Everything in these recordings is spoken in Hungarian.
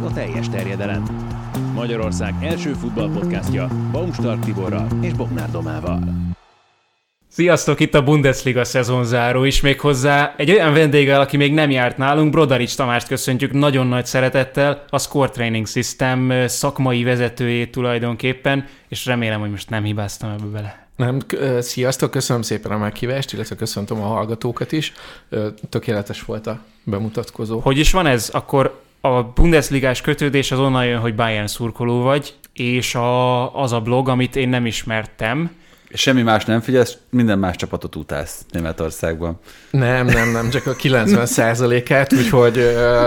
a teljes terjedelem. Magyarország első futballpodcastja Baumstark Tiborral és Bognár Domával. Sziasztok, itt a Bundesliga szezonzáró is, méghozzá egy olyan vendéggel, aki még nem járt nálunk, Brodarics Tamást köszöntjük nagyon nagy szeretettel, a Score Training System szakmai vezetőjét tulajdonképpen, és remélem, hogy most nem hibáztam ebbe bele. Nem, sziasztok, köszönöm szépen a meghívást, illetve köszöntöm a hallgatókat is. Tökéletes volt a bemutatkozó. Hogy is van ez? Akkor a Bundesligás kötődés az onnan jön, hogy Bayern szurkoló vagy, és az a blog, amit én nem ismertem. Semmi más nem figyelsz, minden más csapatot utálsz Németországban. Nem, csak a 90%-át, úgyhogy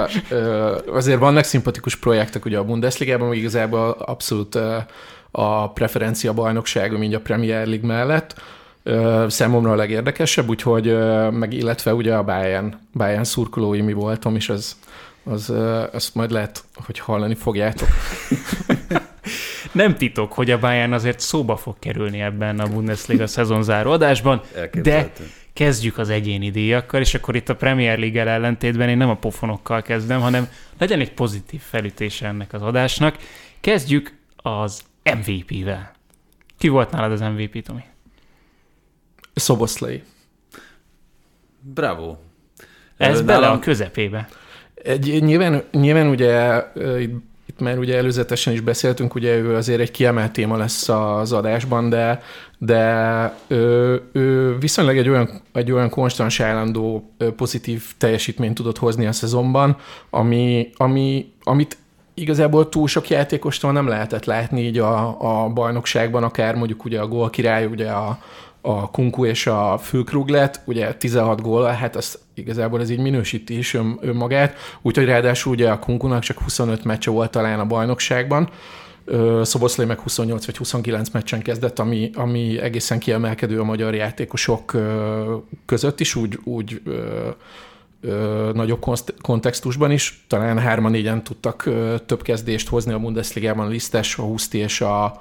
azért vannak szimpatikus projektek ugye a Bundesligában, még igazából abszolút a preferencia bajnok így a Premier League mellett. Számomra a legérdekesebb, úgyhogy meg illetve ugye a Bayern szurkolói mi voltam, és azt majd lehet, hogy hallani fogjátok. Nem titok, hogy a Bayern azért szóba fog kerülni ebben a Bundesliga szezonzáró adásban, de kezdjük az egyéni díjakkal, és akkor itt a Premier League-el ellentétben én nem a pofonokkal kezdem, hanem legyen egy pozitív felütése ennek az adásnak. Kezdjük az MVP-vel. Ki volt nálad az MVP, Tomi? Szoboszlai. Bravo. Ez bele a közepébe. Nyilván ugye itt már ugye előzetesen is beszéltünk, ugye ő azért egy kiemelt téma lesz az adásban, de ő viszonylag egy olyan konstans állandó pozitív teljesítményt tudott hozni a szezonban, amit igazából túl sok játékostól nem lehetett látni így a bajnokságban, akár mondjuk ugye a gólkirály, ugye a Kunku és a Füllkrug, ugye 16 gól, hát az igazából ez így minősíti is önmagát, úgyhogy ráadásul ugye a Kunkunak csak 25 meccse volt talán a bajnokságban, Szoboszlai meg 28 vagy 29 meccsen kezdett, ami egészen kiemelkedő a magyar játékosok között is, úgy nagyobb kontextusban is. Talán 3-4-en tudtak több kezdést hozni a Bundesligában, Lisztes, a Huszti és a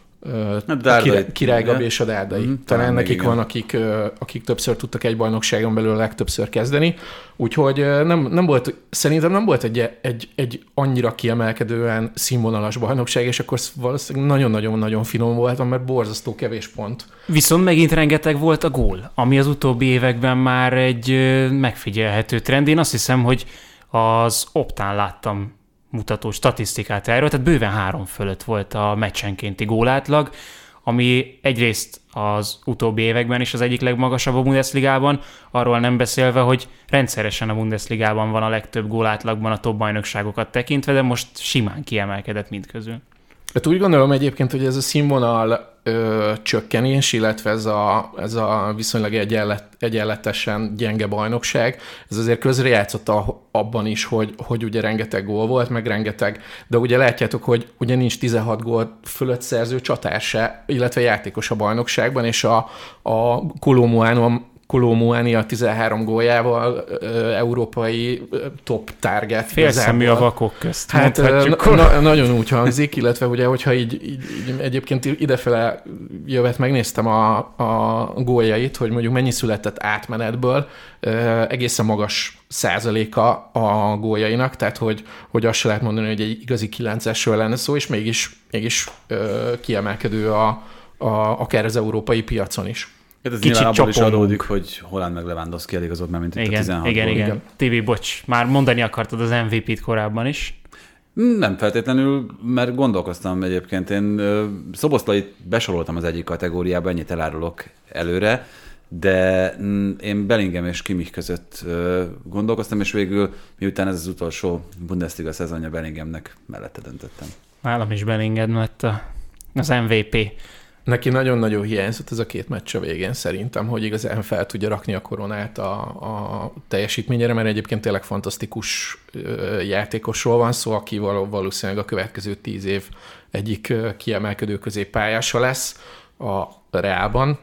Király Gabi és a Dárdai. Talán nekik van, akik többször tudtak egy bajnokságon belül legtöbbször kezdeni. Úgyhogy szerintem nem volt egy annyira kiemelkedően színvonalas bajnokság, és akkor valószínűleg nagyon-nagyon-nagyon finom voltam, mert borzasztó kevés pont. Viszont megint rengeteg volt a gól, ami az utóbbi években már egy megfigyelhető trend. Én azt hiszem, hogy az Optán láttam mutató statisztikát erről, tehát bőven 3 fölött volt a meccsenkénti gólátlag, ami egyrészt az utóbbi években is az egyik legmagasabb a Bundesligában, arról nem beszélve, hogy rendszeresen a Bundesligában van a legtöbb gólátlagban a top bajnokságokat tekintve, de most simán kiemelkedett mindközül. Hát úgy gondolom egyébként, hogy ez a színvonal csökkenés, illetve ez a viszonylag egyenletesen gyenge bajnokság, ez azért közrejátszott abban is, hogy ugye rengeteg gól volt, meg rengeteg, de ugye látjátok, hogy ugye nincs 16 gól fölött szerző csatár se, illetve játékos a bajnokságban, és a Kolómuáni a 13 góljával európai top target. Félszemű a vakok közt. Hát nagyon úgy hangzik, illetve ugye, hogyha így egyébként idefele jövet, megnéztem a góljait, hogy mondjuk mennyi született átmenetből, egészen magas százaléka a góljainak, tehát hogy azt se lehet mondani, hogy egy igazi 9-esről lenne szó, és mégis kiemelkedő akár az európai piacon is. Hát ez nyilván abból is adódik, hogy Haaland meg Lewandowski eligazodt már, mint itt a 16 Igen. Tibi, bocs, már mondani akartad az MVP-t korábban is. Nem feltétlenül, mert gondolkoztam egyébként. Én Szoboszlait besoroltam az egyik kategóriába, ennyit elárulok előre, de én Bellingham és Kimmich között gondolkoztam, és végül, miután ez az utolsó Bundesliga szezonja, Bellinghamnek mellette döntöttem. Nálam is Bellingham lett az MVP. Neki nagyon-nagyon hiányzott ez a 2 meccs a végén szerintem, hogy igazán fel tudja rakni a koronát a teljesítményére, mert egyébként tényleg fantasztikus játékosról van szó, aki valószínűleg a következő 10 év egyik kiemelkedő középpályása lesz a Reálban,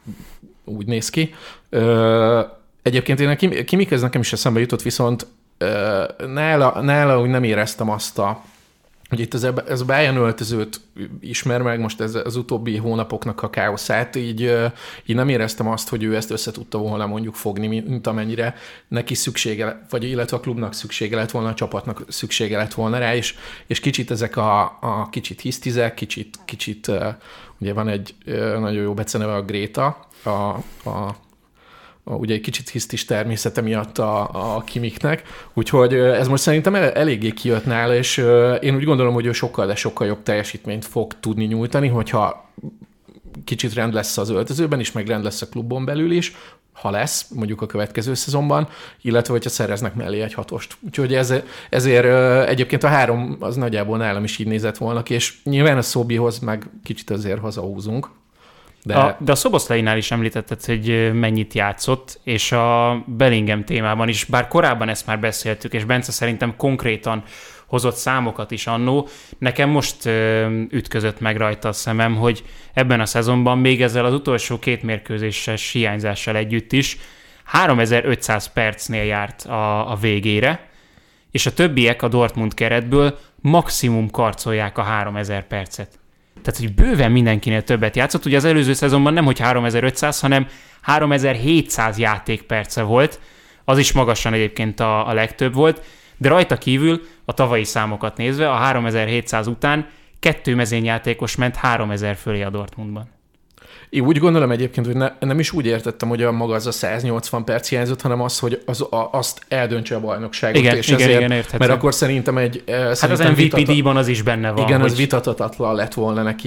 úgy néz ki. Egyébként én a Kimmich nekem is eszembe jutott, viszont nála úgy nem éreztem azt hogy itt ez a Bayern öltözőt ismer meg, most ez az utóbbi hónapoknak a káoszát, így nem éreztem azt, hogy ő ezt össze tudta volna mondjuk fogni, mint amennyire neki szüksége, vagy illetve a klubnak szüksége lett volna, a csapatnak szüksége lett volna rá, és kicsit ezek a kicsit hisztizek, kicsit ugye van egy nagyon jó beceneve a Gréta, ugye egy kicsit hisztis természete miatt a Kimiknek, úgyhogy ez most szerintem eléggé kijött nála, és én úgy gondolom, hogy ő sokkal jobb teljesítményt fog tudni nyújtani, hogyha kicsit rend lesz az öltözőben is, meg rend lesz a klubon belül is, ha lesz, mondjuk a következő szezonban, illetve hogyha szereznek mellé egy 6-ost. Úgyhogy ezért egyébként a 3 az nagyjából nálam is így nézett volna ki, és nyilván a Szobihoz meg kicsit azért hazahúzunk. De a Szoboszlainál is említetted, hogy mennyit játszott, és a Bellingham témában is, bár korábban ezt már beszéltük, és Bence szerintem konkrétan hozott számokat is annó, nekem most ütközött meg rajta a szemem, hogy ebben a szezonban még ezzel az utolsó 2 mérkőzéses hiányzással együtt is 3500 percnél járt a végére, és a többiek a Dortmund keretből maximum karcolják a 3000 percet. Tehát, hogy bőven mindenkinél többet játszott. Ugye az előző szezonban nem, hogy 3500, hanem 3700 játékperce volt. Az is magasan egyébként a legtöbb volt. De rajta kívül a tavalyi számokat nézve, a 3700 után 2 mezőnyjátékos ment 3000 fölé a Dortmundban. Én úgy gondolom egyébként, hogy nem is úgy értettem, hogy maga az a 180 perc hiányzott, hanem az, hogy azt eldöntse a bajnokságot. Igen, és igen, érthető. Mert akkor szerintem hát az MVP díjban az is benne van. Igen, az vitathatatlan lett volna neki,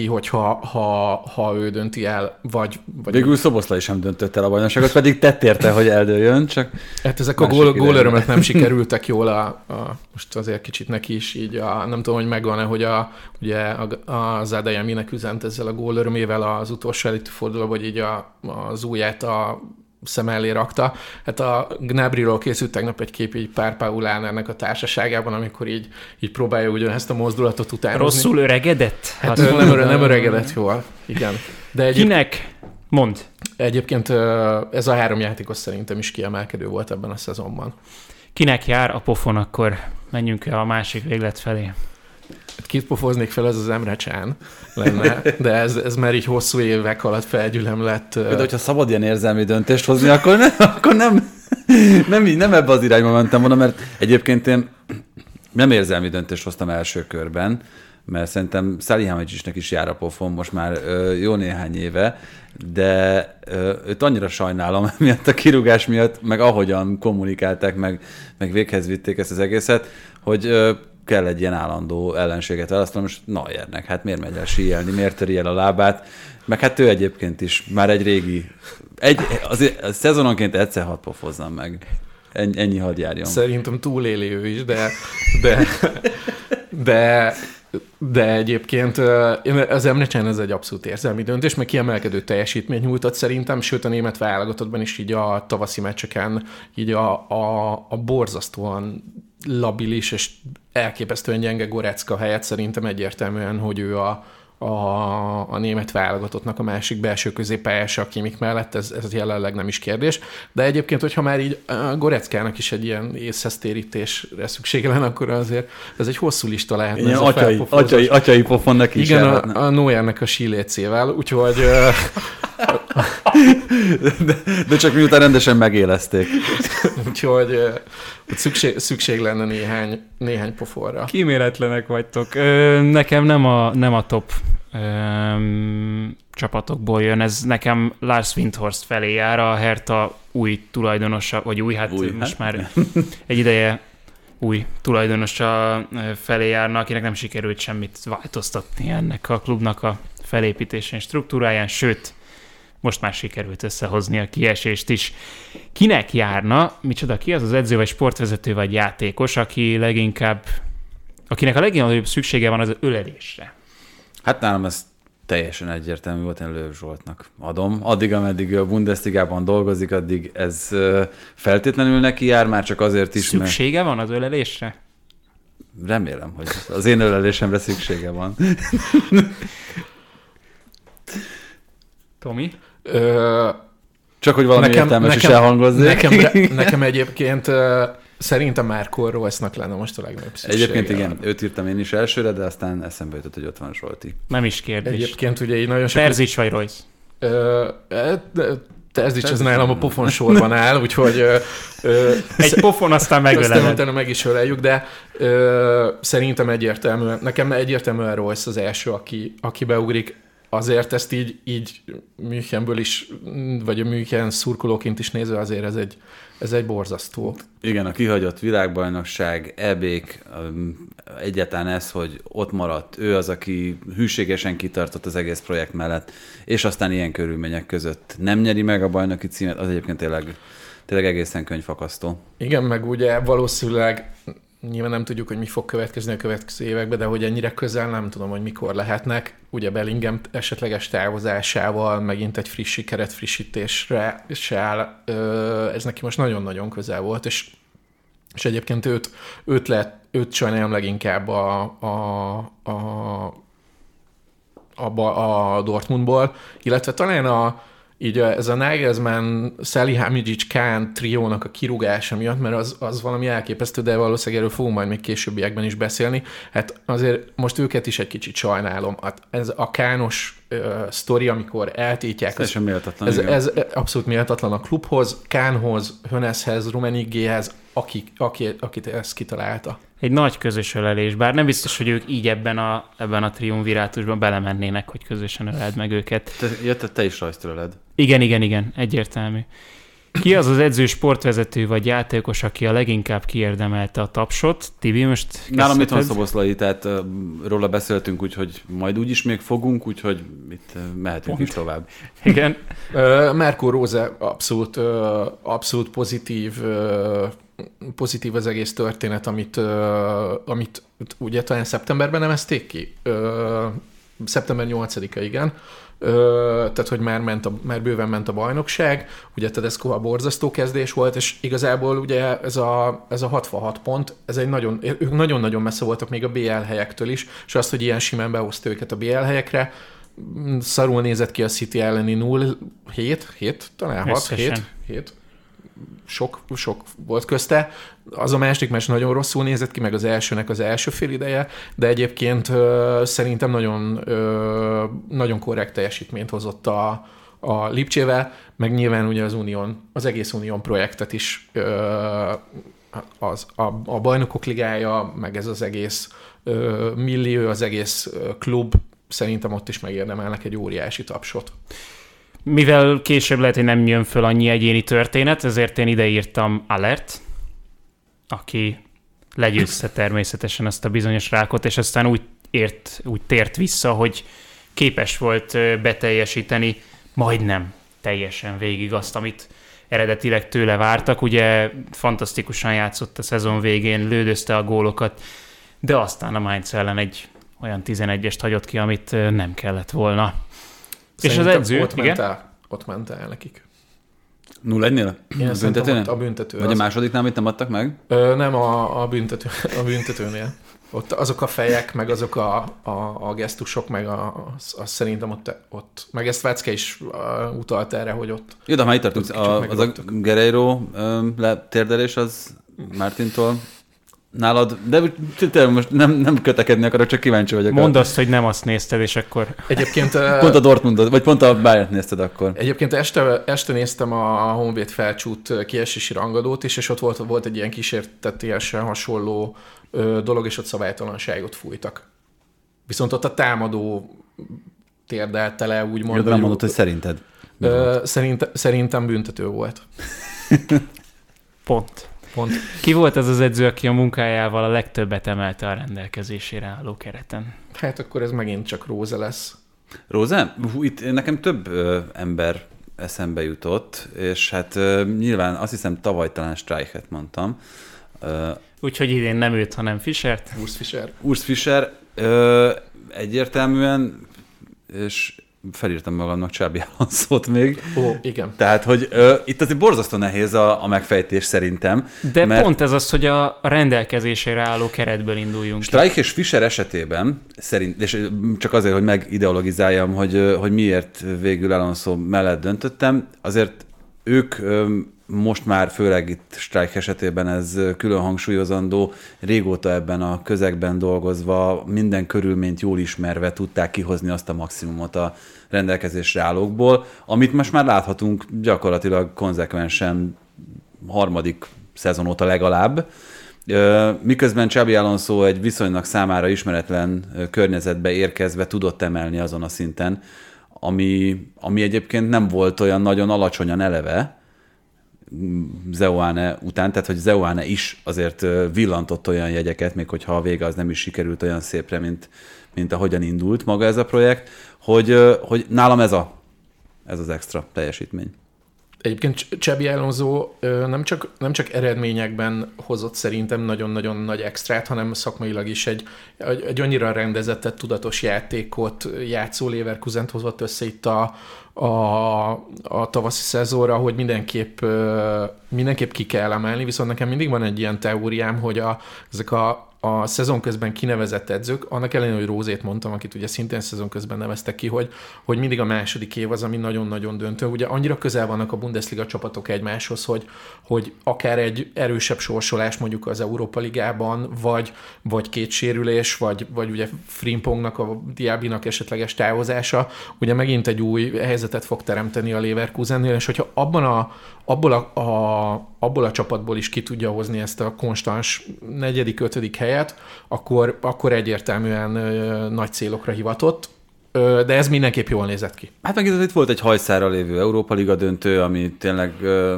hogyha ő dönti el, vagy... Végül Szoboszlai sem döntött el a bajnokságot, pedig tett érte, hogy eldőljön, csak... Hát ezek a gólörömök nem sikerültek jól, most azért kicsit neki is így, nem tudom, hogy megvan-e, hogy ugye az Adeyeminek üzent ezzel a gólörömével az utolsó előtti fordulóban, hogy így az ujját a szem elé rakta. Hát a Gnabryról készült tegnap egy kép így Pár Paulánának a társaságában, amikor így próbálja ugyanezt a mozdulatot utánozni. Rosszul öregedett? Hát nem öregedett jól, igen. De kinek? Mondd. Egyébként ez a 3 játékos szerintem is kiemelkedő volt ebben a szezonban. Kinek jár a pofon, akkor menjünk a másik véglet felé. Kit pofoznék fel, ez az Emre Can lenne, de ez már így hosszú évek alatt felgyülemlett. De hogyha szabad ilyen érzelmi döntést hozni, akkor nem ebbe az irányba mentem volna, mert egyébként én nem érzelmi döntést hoztam első körben, mert szerintem Salihamidzsisnek is jár a pofon most már jó néhány éve, de őt annyira sajnálom miatt a kirúgás miatt, meg ahogyan kommunikálták, meg véghez vitték ezt az egészet, hogy kell egy ilyen állandó ellenséget választani, most Neuernek, hát miért megy el síelni, miért töri el a lábát, meg hát ő egyébként is már egy régi, azért szezononként egyszer hadd pofozzam meg. Ennyi hadd járjon. Szerintem túléli ő is, de egyébként az Emre Can ez egy abszolút érzelmi döntés, meg kiemelkedő teljesítményt nyújtott szerintem, sőt a német válogatottban is így a tavaszi meccseken így a borzasztóan labilis és elképesztően gyenge Goretzka helyett szerintem egyértelműen, hogy ő a német válogatottnak a másik belső középpályása a Kimmich mellett, ez jelenleg nem is kérdés. De egyébként, hogyha már így Goretzkának is egy ilyen észhez térítésre szüksége lenne, akkor azért ez egy hosszú lista lehetne. Igen, atyai pofon neki is. Igen, a Neuernek a sílécével, úgyhogy... de csak miután rendesen megélezték. Úgyhogy szükség lenne néhány pofonra. Kíméletlenek vagytok. Nekem nem a top csapatokból jön. Ez nekem Lars Windhorst felé jár, a Hertha új tulajdonosa, vagy most már egy ideje új tulajdonosa felé járna, akinek nem sikerült semmit változtatni ennek a klubnak a felépítésén, struktúráján, sőt, most már sikerült összehozni a kiesést is. Kinek járna, ki az edző, vagy sportvezető, vagy játékos, akinek a leginkább szüksége van az ölelésre? Hát nálam ez teljesen egyértelmű volt, én Löw Zsoltnak adom. Addig, ameddig a Bundesligában dolgozik, addig ez feltétlenül neki jár, már csak azért is, szüksége van az ölelésre? Remélem, hogy az én ölelésemre szüksége van. Tomi? Csak hogy valami értelmes is elhangozzék. Nekem egyébként Szerintem Marco Reusnak lenne most a legnagyobb szüksége. Egyébként igen, őt írtam én is elsőre, de aztán eszembe jutott, hogy ott van Zsolti. Nem is kérdés. Egyébként ugye így nagyon sok... Terzics vagy Royce? Terzics az nálam a pofon sorban áll, úgyhogy... Egy pofon, aztán megöleled. Aztán utána meg is öleljük, de szerintem nekem egyértelműen Royce az első, aki beugrik. Azért ezt így Münchenből is, vagy a München szurkolóként is nézve, azért ez egy borzasztó. Igen, a kihagyott világbajnokság, EB-k, egyáltalán ez, hogy ott maradt, ő az, aki hűségesen kitartott az egész projekt mellett, és aztán ilyen körülmények között nem nyeri meg a bajnoki címet, az egyébként tényleg egészen könyvfakasztó. Igen, meg ugye valószínűleg nyilván nem tudjuk, hogy mi fog következni a következő években, de hogy ennyire közel nem tudom, hogy mikor lehetnek. Ugye Bellingham esetleges távozásával megint egy friss sikeret frissítésre se áll. Ez neki most nagyon-nagyon közel volt, és egyébként őt sajnálom leginkább a Dortmundból, illetve talán így ez a Nagelsmann, Salihamidzic, Kahn triónak a kirúgása miatt, mert az valami elképesztő, de valószínűleg erről fogunk majd még későbbiekben is beszélni. Hát azért most őket is egy kicsit sajnálom. Ez a Kahnos sztori, amikor eltiltják. Ez abszolút méltatlan a klubhoz, Kahnhoz, Höneshez, Rummeniggehez, akit ezt kitalálta. Egy nagy közös ölelés, bár nem biztos, hogy ők így ebben a triumvirátusban belemennének, hogy közösen öleld meg őket. Te is rajztöröled. Igen, egyértelmű. Ki az az edző, sportvezető vagy játékos, aki a leginkább kiérdemelte a tapsot? Tibi, most nálam itt van Szoboszlai, tehát róla beszéltünk, úgyhogy majd úgyis még fogunk, úgyhogy itt mehetünk is tovább. Igen. Marco Rose abszolút pozitív az egész történet, amit ugye talán szeptemberben nevezték ki. Szeptember 8-a, igen. Tehát, hogy már bőven ment a bajnokság, ugye Tedesco borzasztó kezdés volt, és igazából ugye ez a 66 pont, ők nagyon-nagyon messze voltak még a BL helyektől is, és azt, hogy ilyen simán behozta őket a BL helyekre, szarul nézett ki a City elleni 0-7, talán 6-7. Sok volt közte. Az a második meccs nagyon rosszul nézett ki, meg az elsőnek az első fél ideje, de egyébként szerintem nagyon korrekt teljesítményt hozott a Lipcsével, meg nyilván ugye az egész Unión projektet is a Bajnokok Ligája, meg ez az egész millió, az egész klub, szerintem ott is megérdemelnek egy óriási tapsot. Mivel később lehet, hogy nem jön föl annyi egyéni történet, ezért én ideírtam Alert, aki legyőzte természetesen azt a bizonyos rákot, és aztán úgy tért vissza, hogy képes volt beteljesíteni majdnem teljesen végig azt, amit eredetileg tőle vártak. Ugye fantasztikusan játszott a szezon végén, lődözte a gólokat, de aztán a Mainz ellen egy olyan 11-est hagyott ki, amit nem kellett volna. Szerintem és az edző, ott ment el nekik. 0-1-nél? A büntető. Vagy a másodiknál, amit nem adtak meg? Nem, a büntetőnél. Ott azok a fejek, meg azok a gesztusok, meg az szerintem ott meg ezt Vácke is utalt erre, hogy ott... Jó, de már itt tartunk, az a Guerreiro letérdelés az Mártintól nálad, de most nem kötekedni akarok, csak kíváncsi vagyok. Mondd azt, hogy nem azt nézted, és akkor... Egyébként... Pont a Dortmundot, vagy pont a Bayern nézted akkor. Egyébként este néztem a Honvéd felcsút kiesési rangadót is, és ott volt egy ilyen kísértetésen hasonló dolog, és ott szabálytalanságot fújtak. Viszont ott a támadó térdelte le, úgymond. Nem mondod, hogy szerinted? Szerintem büntető volt. Pont. Ki volt ez az edző, aki a munkájával a legtöbbet emelte a rendelkezésére álló kereten? Hát akkor ez megint csak Rose lesz. Rose? Itt nekem több ember eszembe jutott, és hát nyilván azt hiszem tavaly talán Streichet mondtam. Úgyhogy idén nem őt, hanem Fischert. Urs Fischer egyértelműen, és felírtam magamnak Xabi Alonso-t még. Igen. Tehát, hogy itt azért borzasztó nehéz a megfejtés szerintem. De mert pont ez az, hogy a rendelkezésére álló keretből induljunk. Streich és Fischer esetében, és csak azért, hogy megideologizáljam, hogy miért végül Alonso mellett döntöttem, azért ők most már főleg itt Strijk esetében ez külön hangsúlyozandó, régóta ebben a közegben dolgozva, minden körülményt jól ismerve tudták kihozni azt a maximumot a rendelkezésre állókból, amit most már láthatunk gyakorlatilag konzekvensen harmadik szezon óta legalább. Miközben Xabi Alonso egy viszonylag számára ismeretlen környezetbe érkezve tudott emelni azon a szinten, ami egyébként nem volt olyan nagyon alacsonyan eleve Zeuane után, tehát hogy Zeuane is azért villantott olyan jegyeket, még hogyha a vége az nem is sikerült olyan szépre, mint ahogyan indult maga ez a projekt, hogy nálam ez az extra teljesítmény. Egyébként Xabi Alonso nem csak eredményekben hozott szerintem nagyon-nagyon nagy extrát, hanem szakmailag is egy annyira rendezettet, tudatos játékot játszó Leverkusent hozott össze itt a tavaszi szezonra, hogy mindenképp ki kell emelni, viszont nekem mindig van egy ilyen teóriám, hogy ezek a szezon közben kinevezett edzők, annak ellenére, hogy Rózét mondtam, akit ugye szintén szezon közben neveztek ki, hogy mindig a második év az, ami nagyon-nagyon döntő. Ugye annyira közel vannak a Bundesliga csapatok egymáshoz, hogy akár egy erősebb sorsolás mondjuk az Európa Ligában, vagy két sérülés, vagy ugye Frimpongnak, a Diabynak esetleges távozása, ugye megint egy új helyzetet fog teremteni a Leverkusennél, és hogyha abból a csapatból is ki tudja hozni ezt a konstans 4., 5. helyet, akkor egyértelműen nagy célokra hivatott, de ez mindenképp jól nézett ki. Hát meg itt volt egy hajszára lévő Európa Liga döntő, ami tényleg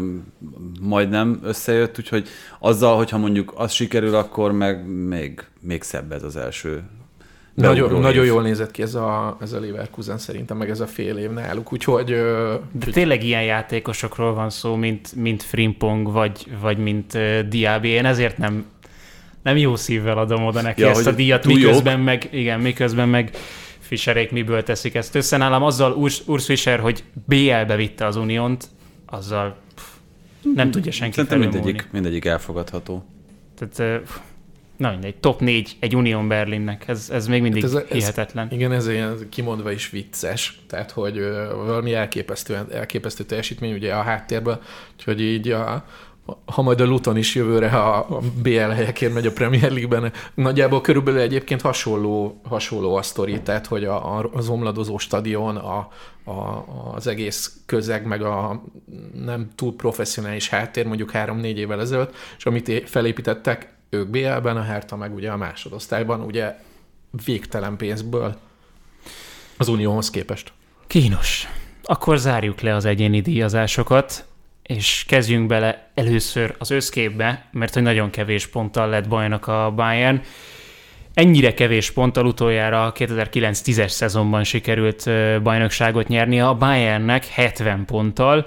majdnem összejött, úgyhogy azzal, hogyha mondjuk az sikerül, akkor meg még szebb ez az első. Nagyon jól nézett ki ez a Leverkusen szerintem, meg ez a fél év náluk, úgyhogy... De tényleg ilyen játékosokról van szó, mint Frimpong, vagy mint Diaby. Én ezért nem jó szívvel adom oda neki ezt a díjat, miközben meg Fischerék miből teszik ezt össze. Nálam azzal Urs Fischer, hogy BL-be vitte az Uniónt, azzal nem tudja senki felülmúlni. Mindegyik elfogadható. Tehát... Na mindegy, top 4 egy Union Berlinnek, ez még mindig hihetetlen. Igen, ez ilyen kimondva is vicces, tehát hogy valami elképesztő teljesítmény ugye a háttérből, úgyhogy így ha majd a Luton is jövőre a BL helyekért megy a Premier League-ben, nagyjából körülbelül egyébként hasonló a sztori, tehát hogy az omladozó stadion, az egész közeg, meg a nem túl professzionális háttér mondjuk 3-4 évvel ezelőtt, és amit felépítettek, ők BL-ben, a Hertha meg ugye a másodosztályban, ugye végtelen pénzből az Unióhoz képest. Kínos. Akkor zárjuk le az egyéni díjazásokat, és kezdjünk bele először az összképbe, mert hogy nagyon kevés ponttal lett bajnok a Bayern. Ennyire kevés ponttal utoljára 2009-10-es szezonban sikerült bajnokságot nyernie a Bayernnek 70 ponttal,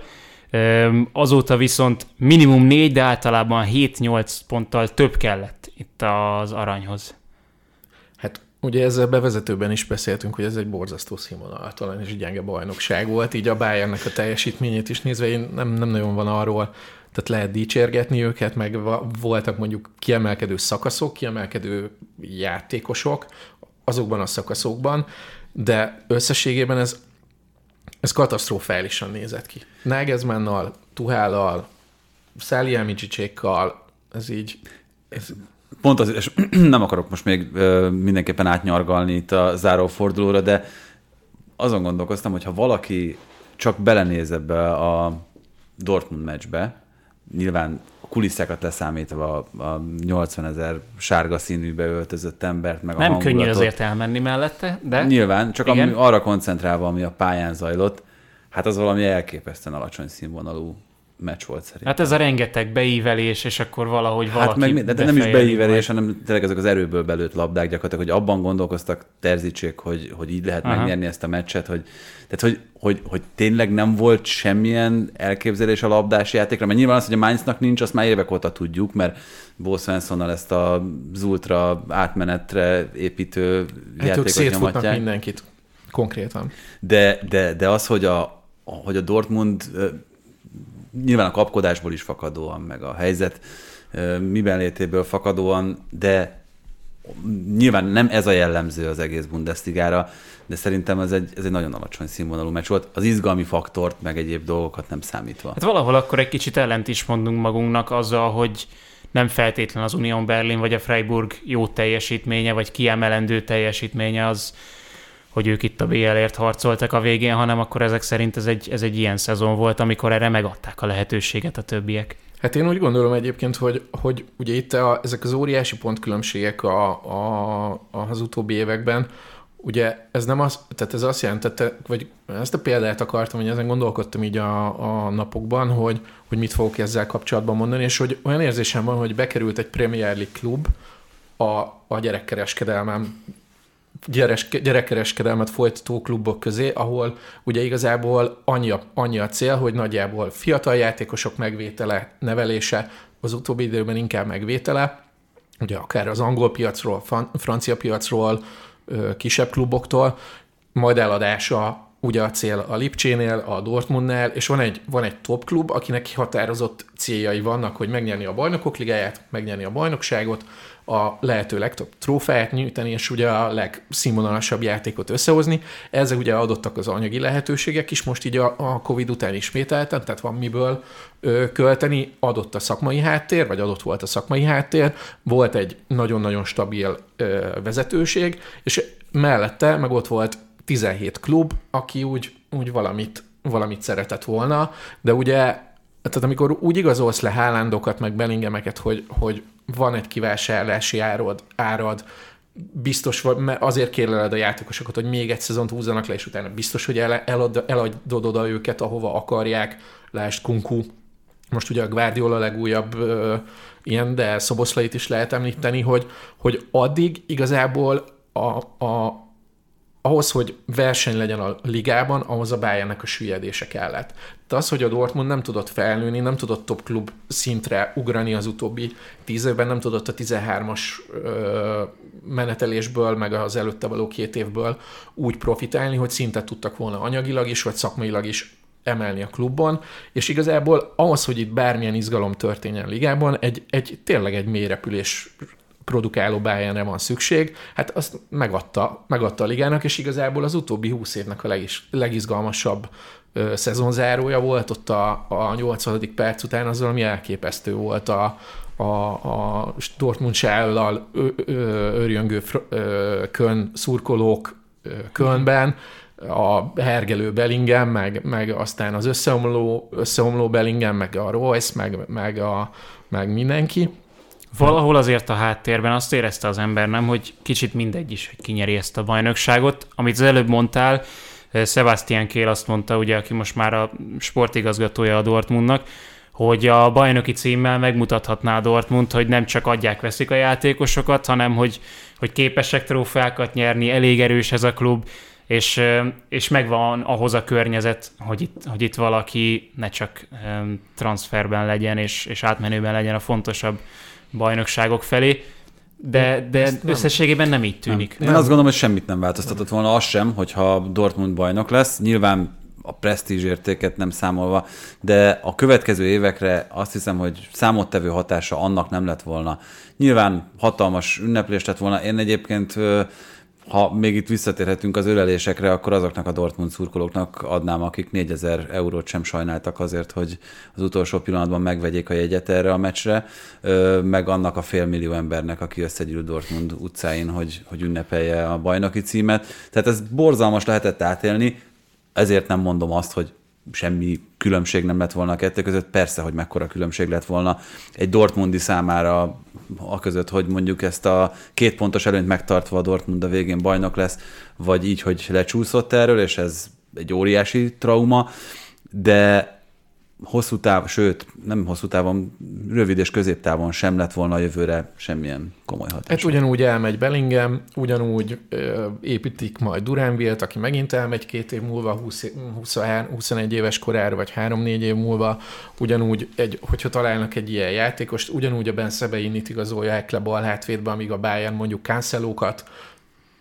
azóta viszont minimum 4, de általában 7-8 ponttal több kellett itt az aranyhoz. Hát ugye ezzel bevezetőben is beszéltünk, hogy ez egy borzasztó színvonaltalan és gyenge bajnokság volt, így a Bayernnek a teljesítményét is nézve, én nem nagyon van arról, tehát lehet dicsérgetni őket, meg voltak mondjuk kiemelkedő szakaszok, kiemelkedő játékosok azokban a szakaszokban, de összességében ez katasztrofálisan nézett ki. Nagelsmannnal, Tuchellal, Salihamidzsicsékkal, ez így... Pont azért, és nem akarok most még mindenképpen átnyargalni itt a zárófordulóra, de azon gondolkoztam, hogy ha valaki csak belenéz ebbe a Dortmund meccsbe, nyilván a kulisszákat leszámítva a 80 000 sárga színűbe öltözött embert, meg a nem hangulatot. Könnyű azért elmenni mellette, de... Nyilván, csak arra koncentrálva, ami a pályán zajlott, hát az valami elképesztően alacsony színvonalú meccs volt szerintem. Hát ez a rengeteg beívelés, és akkor valahogy valaki de nem is beívelés, hanem tényleg ezek az erőből belőtt labdák gyakorlatilag, hogy abban gondolkoztak Terzicsék, hogy így lehet megnyerni ezt a meccset, hogy tényleg nem volt semmilyen elképzelés a labdás játékra, mert nyilván az, hogy a Mainznak nincs, azt már évek óta tudjuk, mert Bo Svenssonnal ezt az ultra átmenetre építő játékot szétfutnak nyomatják. Mindenkit, konkrétan. De az, hogy a Dortmund nyilván a kapkodásból is fakadóan, meg a helyzet miben létéből fakadóan, de nyilván nem ez a jellemző az egész Bundesligára, de szerintem ez egy nagyon alacsony színvonalú meccs volt. Az izgalmi faktort, meg egyéb dolgokat nem számítva. Hát valahol akkor egy kicsit ellent is mondunk magunknak azzal, hogy nem feltétlen az Union Berlin vagy a Freiburg jó teljesítménye, vagy kiemelendő teljesítménye az, hogy ők itt a BL-ért harcoltak a végén, hanem akkor ezek szerint ez egy ilyen szezon volt, amikor erre megadták a lehetőséget a többiek. Hát én úgy gondolom egyébként, hogy ugye itt ezek az óriási pontkülönbségek az utóbbi években, ugye ez nem az, tehát ez azt jelentette, vagy ezt a példát akartam, hogy ezen gondolkodtam így a napokban, hogy mit fogok ezzel kapcsolatban mondani, és hogy olyan érzésem van, hogy bekerült egy Premier League klub a gyerekkereskedelmet folytató klubok közé, ahol ugye igazából annyi a cél, hogy nagyjából fiatal játékosok megvétele, nevelése, az utóbbi időben inkább megvétele, ugye akár az angol piacról, francia piacról, kisebb kluboktól, majd eladása ugye a cél a Lipcsénél, a Dortmundnál, és van egy top klub, akinek határozott céljai vannak, hogy megnyerni a bajnokok ligáját, megnyerni a bajnokságot, a lehető legtöbb trófeát nyújtani, és ugye a legszínvonalasabb játékot összehozni. Ezzel ugye adottak az anyagi lehetőségek is, most így a Covid után ismételten, tehát van miből költeni, adott a szakmai háttér, vagy adott volt a szakmai háttér, volt egy nagyon-nagyon stabil vezetőség, és mellette meg ott volt 17 klub, aki úgy valamit szeretett volna, de ugye, tehát amikor úgy igazolsz le Haalandokat, meg Bellinghameket, hogy van egy kivásárlási árad, biztos, azért kérleled a játékosokat, hogy még egy szezont húzzanak le, és utána biztos, hogy eladod oda őket, ahova akarják, lásd Kunku, most ugye a Guardiola legújabb ilyen, de Szoboszlait is lehet említeni, hogy addig igazából ahhoz, hogy verseny legyen a ligában, ahhoz a Bayernnek a süllyedése kellett. De az, hogy a Dortmund nem tudott felnőni, nem tudott top klub szintre ugrani az utóbbi 10 évben, nem tudott a 13-as menetelésből, meg az előtte való 2 évből úgy profitálni, hogy szintet tudtak volna anyagilag is, vagy szakmailag is emelni a klubban, és igazából ahhoz, hogy itt bármilyen izgalom történjen a ligában, tényleg egy mélyrepülés produkáló Bayernre van szükség, hát azt megadta a ligának, és igazából az utóbbi 20 évnek a legizgalmasabb szezonzárója volt, ott a 80. perc után az valami elképesztő volt a Dortmund sállal örjöngő Köln szurkolók Kölnben, a hergelő Bellingham, meg aztán az összeomló Bellingham, meg a Royce, meg mindenki. Valahol azért a háttérben azt érezte az ember, nem, hogy kicsit mindegy is, hogy kinyeri ezt a bajnokságot. Amit az előbb mondtál, Sebastian Kehl azt mondta, ugye, aki most már a sportigazgatója a Dortmundnak, hogy a bajnoki címmel megmutathatná a Dortmund, hogy nem csak adják-veszik a játékosokat, hanem hogy képesek trófeákat nyerni, elég erős ez a klub, és megvan ahhoz a környezet, hogy itt valaki ne csak transferben legyen, és átmenőben legyen a fontosabb bajnokságok felé, de összességében nem így tűnik. Én azt gondolom, hogy semmit nem változtatott volna, az sem, hogyha Dortmund bajnok lesz. Nyilván a presztízs értéket nem számolva, de a következő évekre azt hiszem, hogy számottevő hatása annak nem lett volna. Nyilván hatalmas ünneplés lett volna. Én egyébként, ha még itt visszatérhetünk az ölelésekre, akkor azoknak a Dortmund szurkolóknak adnám, akik 4000 eurót sem sajnáltak azért, hogy az utolsó pillanatban megvegyék a jegyet erre a meccsre, meg annak a 500 000 embernek, aki összegyűlt Dortmund utcáin, hogy ünnepelje a bajnoki címet. Tehát ez borzalmas lehetett átélni, ezért nem mondom azt, hogy semmi különbség nem lett volna a kettő között. Persze, hogy mekkora különbség lett volna egy Dortmundi számára a között, hogy mondjuk ezt a 2 pontos előnyt megtartva a Dortmund a végén bajnok lesz, vagy így, hogy lecsúszott erről, és ez egy óriási trauma, de hosszú táv, sőt, nem hosszú távon, rövid és középtávon sem lett volna a jövőre semmilyen komoly hatás. Hát ugyanúgy elmegy Bellingham, ugyanúgy építik majd Duranville-t, aki megint elmegy 2 év múlva, 21 éves korára, vagy 3-4 év múlva, ugyanúgy, hogyha találnak egy ilyen játékost, ugyanúgy a Ben Sebeinit igazolják le bal hátvédbe, amíg a Bayern mondjuk Cancelókat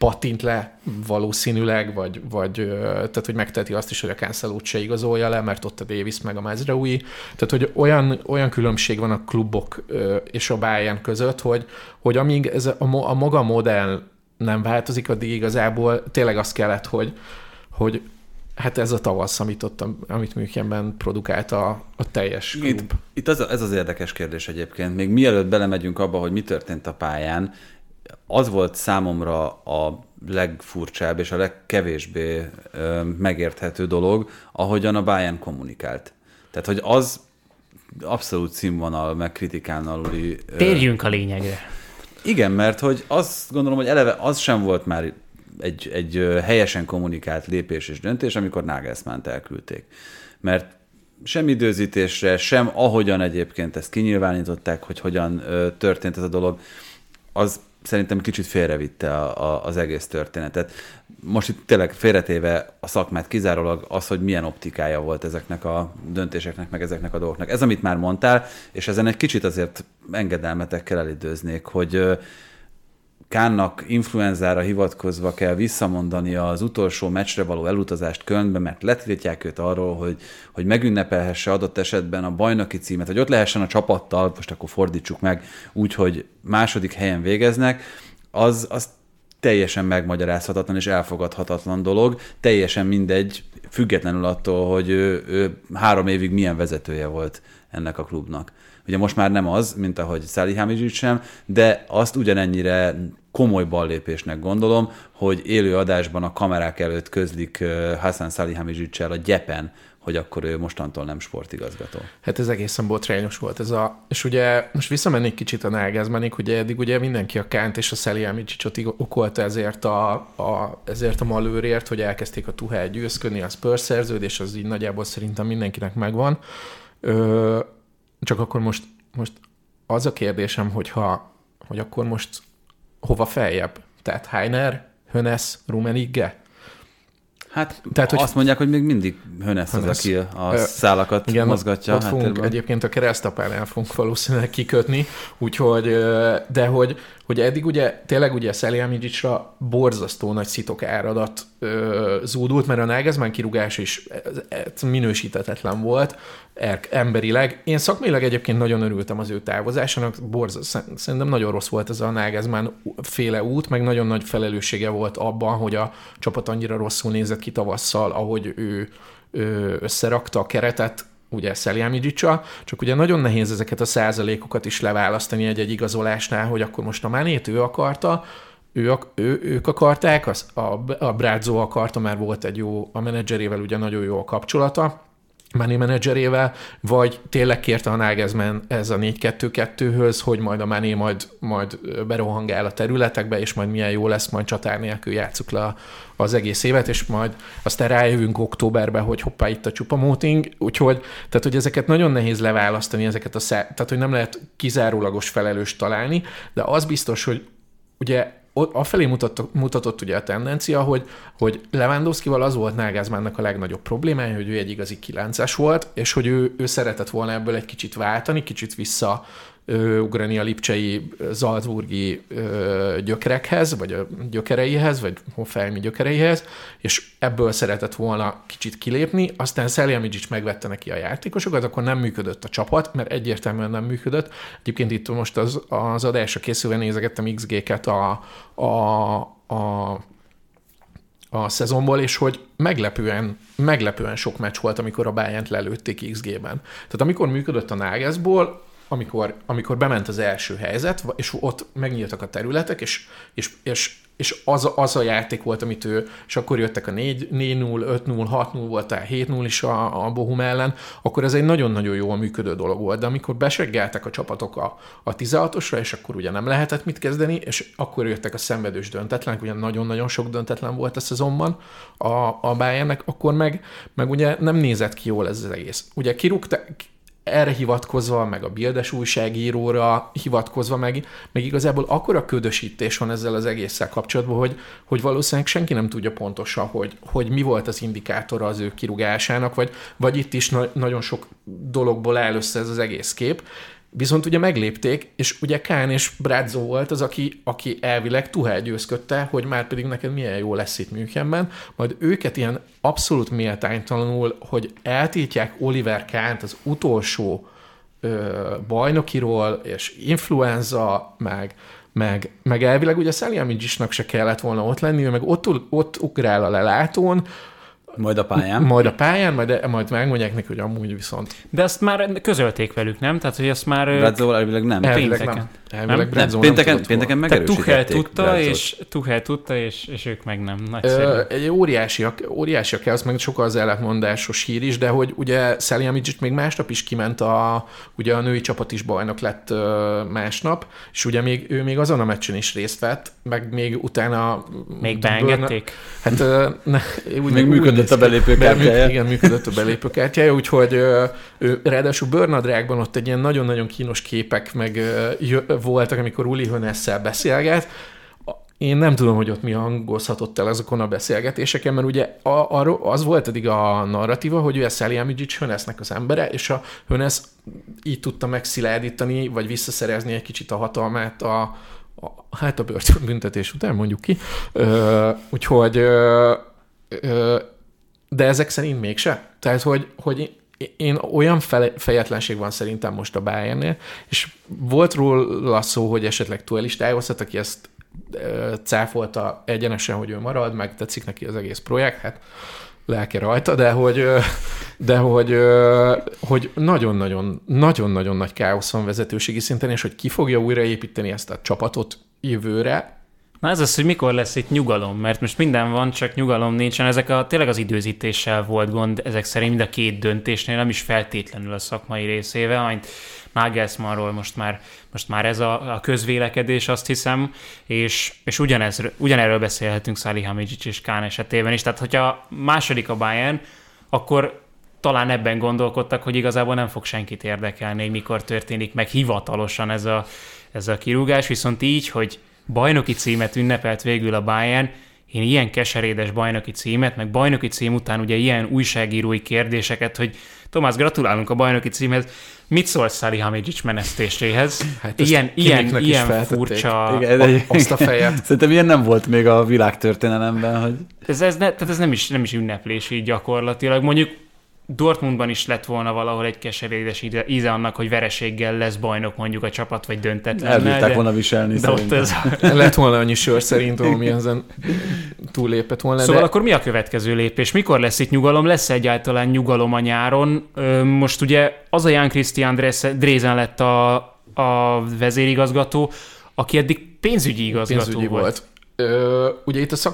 pattint le valószínűleg, vagy tehát, hogy megteheti azt is, hogy a Cancelót se igazolja le, mert ott a Davis meg a Mazraoui. Tehát, hogy olyan különbség van a klubok és a Bayern között, hogy amíg ez a maga modell nem változik, addig igazából tényleg az kellett, hogy hát ez a tavasz, amit Münchenben produkált a teljes klub. Itt ez az érdekes kérdés egyébként. Még mielőtt belemegyünk abba, hogy mi történt a pályán, az volt számomra a legfurcsább és a legkevésbé megérthető dolog, ahogyan a Bayern kommunikált. Tehát, hogy az abszolút színvonal, meg kritikán aluli... Térjünk a lényegre. Igen, mert hogy azt gondolom, hogy eleve az sem volt már egy helyesen kommunikált lépés és döntés, amikor Nagelsmannt elküldték. Mert sem időzítésre, sem ahogyan egyébként ezt kinyilvánították, hogy hogyan történt ez a dolog, az szerintem kicsit félrevitte az egész történetet. Most itt tényleg félretéve a szakmát kizárólag az, hogy milyen optikája volt ezeknek a döntéseknek, meg ezeknek a dolgoknak. Ez, amit már mondtál, és ezen egy kicsit azért engedelmetekkel elidőznék, hogy Kahnnak influenzára hivatkozva kell visszamondani az utolsó meccsre való elutazást Kölnbe, mert letiltják őt arról, hogy megünnepelhesse adott esetben a bajnoki címet, hogy ott lehessen a csapattal, most akkor fordítsuk meg úgy, hogy második helyen végeznek, az teljesen megmagyarázhatatlan és elfogadhatatlan dolog, teljesen mindegy, függetlenül attól, hogy ő 3 évig milyen vezetője volt ennek a klubnak. Ugye most már nem az, mint ahogy Salihamidzic sem, de azt ugyanennyire komoly ballépésnek gondolom, hogy élő adásban a kamerák előtt közlik Hasan Salihamidziccel a gyepen, hogy akkor ő mostantól nem sportigazgató. Hát ez egészen botrányos volt. És ugye most visszamennék kicsit a Nagelsmannig, ugye eddig ugye mindenki a Kahnt és a Salihamidzicot okolta ezért a malőrért, hogy elkezdték a Tuchel győzködni, a Spurs szerződés, az így nagyjából szerintem mindenkinek megvan. Csak akkor most az a kérdésem, hogy akkor most hova feljebb? Tehát Hainer, Hönes, Rummenigge? Hát tehát, azt mondják, hogy még mindig Hönes az, aki a szálakat igen, mozgatja. Ott fogunk, egyébként a keresztapánál fogunk valószínűleg kikötni, úgyhogy, de hogy eddig ugye tényleg ugye Salihamidzicra borzasztó nagy szitok áradat zúdult, mert a Nagelsmann kirúgás is minősíthetetlen volt emberileg. Én szakmailag egyébként nagyon örültem az ő távozásának, szerintem nagyon rossz volt ez a Nagelsmann féle út, meg nagyon nagy felelőssége volt abban, hogy a csapat annyira rosszul nézett ki tavasszal, ahogy ő összerakta a keretet, ugye Salihamidzicsal, csak ugye nagyon nehéz ezeket a százalékokat is leválasztani egy igazolásnál, hogy akkor most a Manét ő akarta, ők akarták, a Brazzo akarta, mert volt egy jó, a menedzserével ugye nagyon jó a kapcsolata, Mané menedzserével, vagy tényleg kérte a Nagelsmann ez a 4-2-2-höz, hogy majd a Mané majd berohangál a területekbe, és majd milyen jó lesz, majd csatár nélkül játsszuk le az egész évet, és majd aztán rájövünk októberben, hogy hoppá, itt a csupamóting, úgyhogy, tehát, hogy ezeket nagyon nehéz leválasztani, tehát, hogy nem lehet kizárólagos felelőst találni, de az biztos, hogy ugye afelé mutatott ugye a tendencia, hogy Lewandowskival az volt Nagelsmannnak a legnagyobb problémája, hogy ő egy igazi 9-es volt, és hogy ő szeretett volna ebből egy kicsit váltani, kicsit visszaugrani a lipcsei, salzburgi gyökerekhez, vagy a gyökereihez, vagy Hoffenheimi gyökereihez, és ebből szeretett volna kicsit kilépni, aztán Salihamidzic megvette neki a játékosokat, akkor nem működött a csapat, mert egyértelműen nem működött. Egyébként itt most az adásra készülve nézegettem XG-ket a szezonból, és hogy meglepően sok meccs volt, amikor a Bayernt lelőtték XG-ben. Tehát amikor működött a Nagelsból, amikor bement az első helyzet, és ott megnyíltak a területek, és az a játék volt, amit ő, és akkor jöttek a 4-0, 5-0, 6-0 volt, tehát 7-0 is a Bochum ellen, akkor ez egy nagyon-nagyon jól működő dolog volt, de amikor beseggeltek a csapatok a 16-osra, és akkor ugye nem lehetett mit kezdeni, és akkor jöttek a szenvedős döntetlenek, ugye nagyon-nagyon sok döntetlen volt a szezonban a Bayernnek, akkor meg ugye nem nézett ki jól ez az egész. Ugye erre hivatkozva, meg a Bildes újságíróra hivatkozva, meg igazából akkora ködösítés van ezzel az egésszel kapcsolatban, hogy valószínűleg senki nem tudja pontosan, hogy mi volt az indikátora az ő kirúgásának, vagy itt is nagyon sok dologból áll össze ez az egész kép. Viszont ugye meglépték, és ugye Kahn és Brazzo volt az, aki elvileg Tuchel győzködte, hogy már pedig neked milyen jó lesz itt Münchenben, majd őket ilyen abszolút méltánytalanul, hogy eltiltják Oliver Kahnt az utolsó bajnokiról, és influenza, meg elvileg ugye Salihamidzsisnak se kellett volna ott lenni, ő meg ott ugrál a lelátón, Majd a pályán. Majd megmondják neki, hogy amúgy viszont. De azt már közölték velük, nem? Tehát, hogy azt már... Brazzóval elvileg nem. Pénteken. Pénteken megerősítették. Tuchel tudta, és ők meg nem. Nagyszerű. Egy óriásiak az meg sokkal az ellentmondásos hír is, de hogy ugye Salihamidzsics még másnap is kiment, ugye a női csapat is bajnok lett másnap, és ugye ő még azon a meccsen is részt vett, meg még utána... Még beengedték? Hát még működött a belépőkártyája. Igen, működött a belépőkártyája, úgyhogy ráadásul bőrnadrágban ott egy ilyen nagyon-nagyon kínos képek meg voltak, amikor Uli Hoenesszel beszélget. Én nem tudom, hogy ott mi hangozhatott el azokon a beszélgetéseken, mert ugye az volt eddig a narratíva, hogy ő a Salihamidzsics Hoenessznek az embere, és a Hoeness így tudta megszilárdítani, vagy visszaszerezni egy kicsit a hatalmát a börtönbüntetés után, mondjuk ki. Úgyhogy de ezek szerint mégse. Tehát, hogy én olyan fejetlenség van szerintem most a Bayernnél, és volt róla szó, hogy esetleg Tuchel is távozhat, aki ezt cáfolta egyenesen, hogy ő marad, meg tetszik neki az egész projekt, hát lelke rajta, de hogy nagyon-nagyon nagy káosz van vezetőségi szinten, és hogy ki fogja újraépíteni ezt a csapatot jövőre. Na ez az, hogy mikor lesz itt nyugalom, mert most minden van, csak nyugalom nincsen. Tényleg az időzítéssel volt gond, ezek szerint mind a két döntésnél, nem is feltétlenül a szakmai részével, amit Nagelsmannról most már ez a közvélekedés, azt hiszem, és ugyanerről beszélhetünk Salihamidzsics és Kahn esetében is. Tehát, hogyha második a Bayern, akkor talán ebben gondolkodtak, hogy igazából nem fog senkit érdekelni, hogy mikor történik meg hivatalosan ez a kirúgás, viszont így, hogy bajnoki címet ünnepelt végül a Bayern, én ilyen keserédes bajnoki címet, meg bajnoki cím után ugye ilyen újságírói kérdéseket, hogy Tomás, gratulálunk a bajnoki címhez, mit szólsz Salihamidzsics menesztéséhez? Hát ilyen furcsa... Igen, azt a fejet. Szerintem ilyen nem volt még a világtörténelemben, hogy... Tehát ez nem is ünneplés így gyakorlatilag. Mondjuk Dortmundban is lett volna valahol egy keserédes íze annak, hogy vereséggel lesz bajnok mondjuk a csapat, vagy döntetlen. Elbírták volna viselni szerintem. Lett volna annyi sör szerintem, ami ezen túllépett volna. Szóval akkor mi a következő lépés? Mikor lesz itt nyugalom? Lesz egyáltalán nyugalom a nyáron? Most ugye az a Jan Christian Dreesen lett a vezérigazgató, aki eddig pénzügyi igazgató volt. Ugye itt a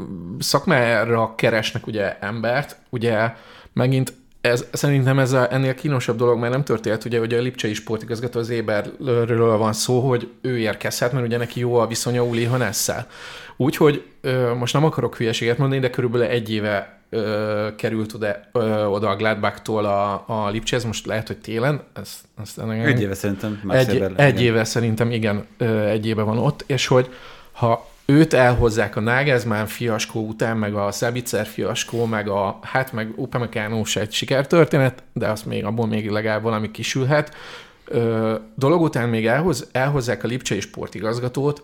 szakmára keresnek ugye embert, ugye megint szerintem ennél kínosabb dolog már nem történt, ugye a lipcsei sportigazgató az Eberről van szó, hogy ő érkezhet, mert ugye neki jó a viszonya Uli Hoenesszel. Úgyhogy most nem akarok hülyeséget mondani, de körülbelül egy éve került oda a Gladbach-tól a Lipcse, ez most lehet, hogy télen. Egy éve szerintem. Egy éve szerintem, igen, egy éve van ott, és hogy ha őt elhozzák a Nagelsmann fiaskó után, meg a Sabitzer fiaskó, meg Upamecano se egy sikertörténet, de abból még legalább valami kisülhet. Dolog után még elhozzák a lipcsei sportigazgatót.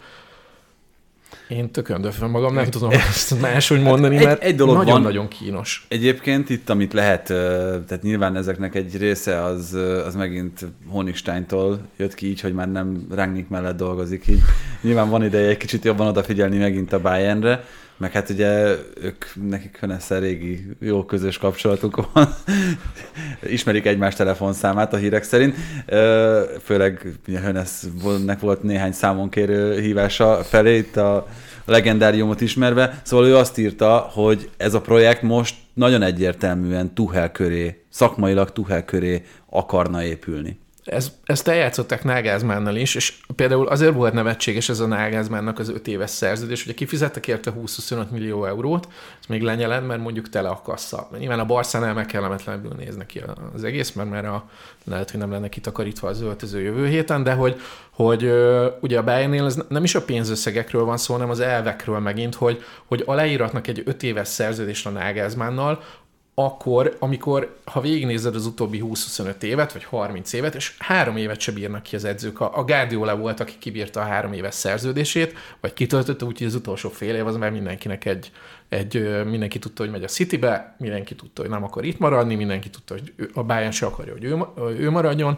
Én tököndöföm magam, nem tudom ezt máshogy mondani, mert egy dolog nagyon-nagyon kínos. Egyébként itt, amit lehet, tehát nyilván ezeknek egy része az megint Honigsteintól jött ki így, hogy már nem Rangnick mellett dolgozik így. Nyilván van ideje egy kicsit jobban odafigyelni megint a Bayernre, meg hát ugye nekik Hoenesszel régi jó közös kapcsolatuk van. Ismerik egymás telefonszámát a hírek szerint. Főleg Hoenessnek volt néhány számonkérő hívása felé, itt a legendáriumot ismerve. Szóval ő azt írta, hogy ez a projekt most nagyon egyértelműen Tuchel köré, szakmailag Tuchel köré akarna épülni. Ezt eljátszották Nagelsmannnal is, és például azért volt nevetséges ez a Nagelsmannnak az 5 éves szerződés, hogy kifizettek érte 20-25 millió eurót, ez még lenyeled, mert mondjuk tele a kassa. Nyilván a Barszánál meg kellemetlenül néz neki az egész, mert lehet, hogy nem lenne kitakarítva az öltöző jövő héten, de hogy ugye a Bayernnél ez nem is a pénzösszegekről van szó, hanem az elvekről megint, hogy aláíratnak egy 5 éves szerződést a Nagelsmannnal, akkor, amikor, ha végignézed az utóbbi 20-25 évet, vagy 30 évet, és 3 évet se bírnak ki az edzők. A Guardiola volt, aki kibírta a 3 éves szerződését, vagy kitöltötte, úgyhogy az utolsó fél év az már mindenkinek mindenki tudta, hogy megy a Citybe, mindenki tudta, hogy nem akar itt maradni, mindenki tudta, hogy a Bayern se akarja, hogy ő maradjon,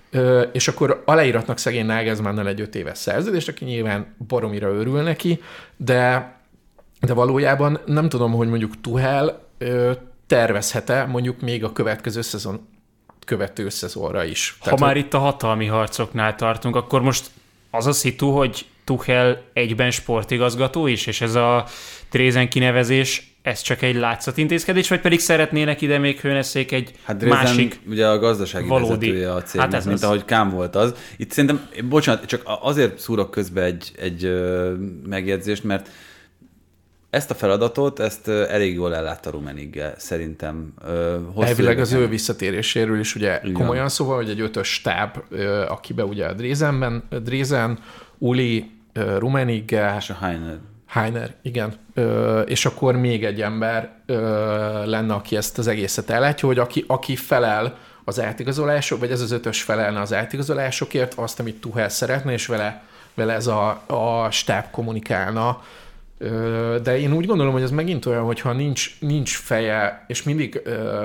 és akkor aláíratnak szegény Nagelsmannnal egy 5 éves szerződést, aki nyilván baromira örül neki, de valójában nem tudom, hogy mondjuk Tuchel tervezhet-e mondjuk még a következő követő szezonra is. Tehát, már itt a hatalmi harcoknál tartunk, akkor most az a szitu, hogy Tuchel egyben sportigazgató is, és ez a Drézen kinevezés, ez csak egy látszatintézkedés, vagy pedig szeretnének ide még Hoeneßék egy másik ugye a gazdasági valódi vezetője a cégnek, mint ahogy Kahn volt az. Itt szerintem, bocsánat, csak azért szúrok közbe egy megjegyzést, mert ezt a feladatot, ezt elég jól ellátta Rummenigge, szerintem. Elvileg az ő visszatéréséről is ugye komolyan szóval, hogy egy 5-ös stáb, akibe ugye a Drézen, Uli, Rummenigge, és a Heiner, igen. És akkor még egy ember lenne, aki ezt az egészet ellátja, hogy aki felel az átigazolások, vagy ez az 5-ös felelne az átigazolásokért, azt, amit Tuchel szeretne, és vele ez a stáb kommunikálna. De én úgy gondolom, hogy ez megint olyan, hogyha nincs feje, és mindig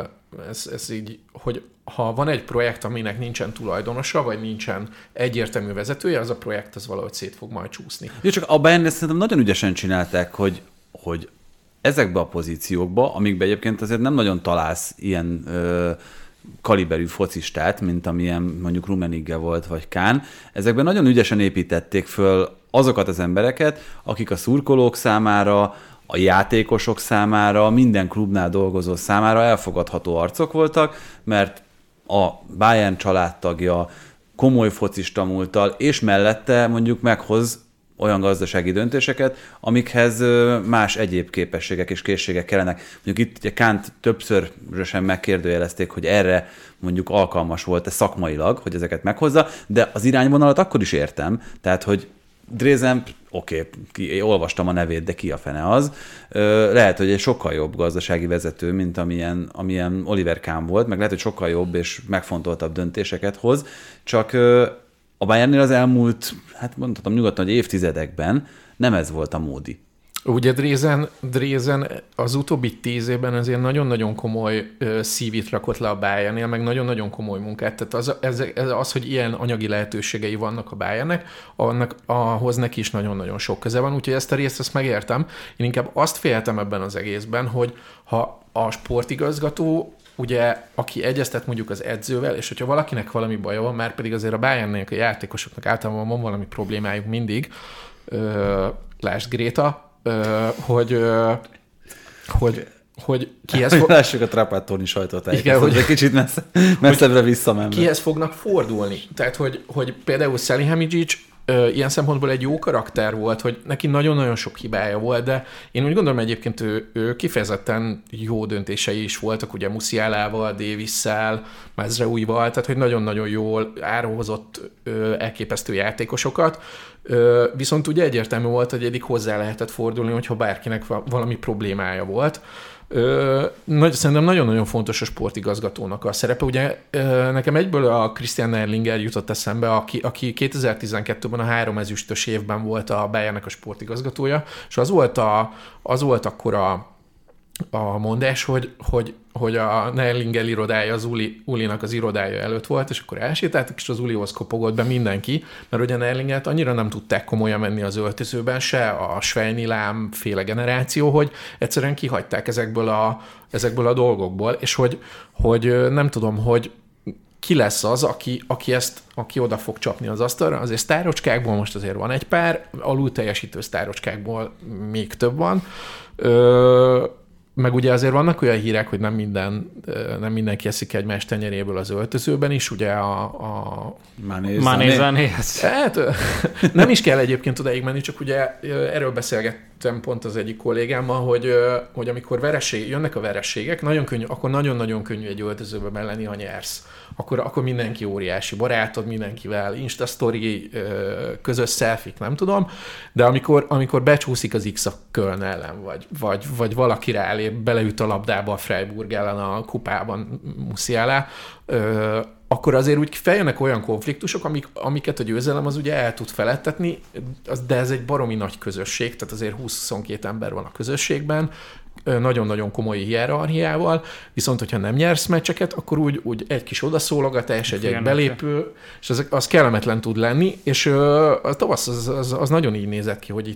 ez így, hogy ha van egy projekt, aminek nincsen tulajdonosa, vagy nincsen egyértelmű vezetője, az a projekt az valahogy szét fog majd csúszni. Jó, csak a Bayern ezt szerintem nagyon ügyesen csinálták, hogy ezekbe a pozíciókba, amikben egyébként azért nem nagyon találsz ilyen kaliberű focistát, mint amilyen mondjuk Rummenigge volt, vagy Kahn, ezekben nagyon ügyesen építették föl azokat az embereket, akik a szurkolók számára, a játékosok számára, minden klubnál dolgozó számára elfogadható arcok voltak, mert a Bayern családtagja komoly focista múlttal, és mellette mondjuk meghoz olyan gazdasági döntéseket, amikhez más egyéb képességek és készségek kellenek. Mondjuk itt ugye Kahnt többszörösen megkérdőjelezték, hogy erre mondjuk alkalmas volt-e szakmailag, hogy ezeket meghozza, de az irányvonalat akkor is értem, tehát, hogy Drézen, olvastam a nevét, de ki a fene az. Lehet, hogy egy sokkal jobb gazdasági vezető, mint amilyen Oliver Kahn volt, meg lehet, hogy sokkal jobb és megfontoltabb döntéseket hoz, csak a Bayernnél az elmúlt, hát mondhatom nyugodtan, hogy évtizedekben nem ez volt a módi. Ugye Drézen az utóbbi 10 évben azért nagyon-nagyon komoly szívit rakott le a Bayernnél, meg nagyon-nagyon komoly munkát. Tehát az, hogy ilyen anyagi lehetőségei vannak a Bayernnek, ahhoz neki is nagyon-nagyon sok köze van, úgyhogy ezt a részt ezt megértem. Én inkább azt féltem ebben az egészben, hogy ha a sportigazgató, ugye, aki egyeztet mondjuk az edzővel, és hogyha valakinek valami baja van, már pedig azért a Bayernnek, a játékosoknak általában van valami problémájuk mindig, lásd Gréta, hogy kihez Lássuk a Trapattoni sajtótájékoztatót, hogy egy kicsit messzebbre visszamenve. Kihez fognak fordulni. Tehát, hogy például Salihamidzic ilyen szempontból egy jó karakter volt, hogy neki nagyon-nagyon sok hibája volt, de én úgy gondolom egyébként ő kifejezetten jó döntései is voltak, ugye Musialával, Davisszel, Mazraouival, tehát hogy nagyon-nagyon jól árahozott elképesztő játékosokat, viszont ugye egyértelmű volt, hogy eddig hozzá lehetett fordulni, hogyha bárkinek valami problémája volt. Szerintem nagyon-nagyon fontos a sportigazgatónak a szerepe. Ugye nekem egyből a Christian Erlinger jutott eszembe, aki 2012-ben a 3 ezüstös évben volt a Bayernnek a sportigazgatója, és az volt akkor a mondás, hogy a Nerlinger irodája az Ulinak az irodája előtt volt, és akkor elsétáltak, és az Ulihoz kopogott be mindenki, mert ugye Nerlingert annyira nem tudták komolyan menni az öltözőben, se a Svejnilám féle generáció, hogy egyszerűen kihagyták ezekből a dolgokból, és hogy nem tudom, hogy ki lesz az, aki oda fog csapni az asztalra. Azért sztárocskákból most azért van egy pár, alul teljesítő sztárocskákból még több van. Meg ugye azért vannak olyan hírek, hogy nem mindenki eszik egymás tenyeréből az öltözőben is, ugye a Mané. Hát nem is kell egyébként odaig menni, csak ugye erről beszélgettem beszéltem pont az egyik kollégámmal, hogy amikor jönnek a vereségek, akkor nagyon-nagyon könnyű egy öltözőbe belenni, ha nyersz. Akkor mindenki óriási barátod, mindenkivel Insta story, közös selfie, nem tudom, de amikor becsúszik az X a Köln ellen, vagy valaki rálép, beleüt a labdába a Freiburg ellen a kupában Musiala, akkor azért úgy feljönnek olyan konfliktusok, amiket a győzelem az ugye el tud feledtetni, de ez egy baromi nagy közösség, tehát azért 20-22 ember van a közösségben, nagyon-nagyon komoly hierarchiával, viszont hogyha nem nyersz meccseket, akkor úgy egy kis odaszólogatás, egy belépő, és az kellemetlen tud lenni, és a tavasz az nagyon így nézett ki, hogy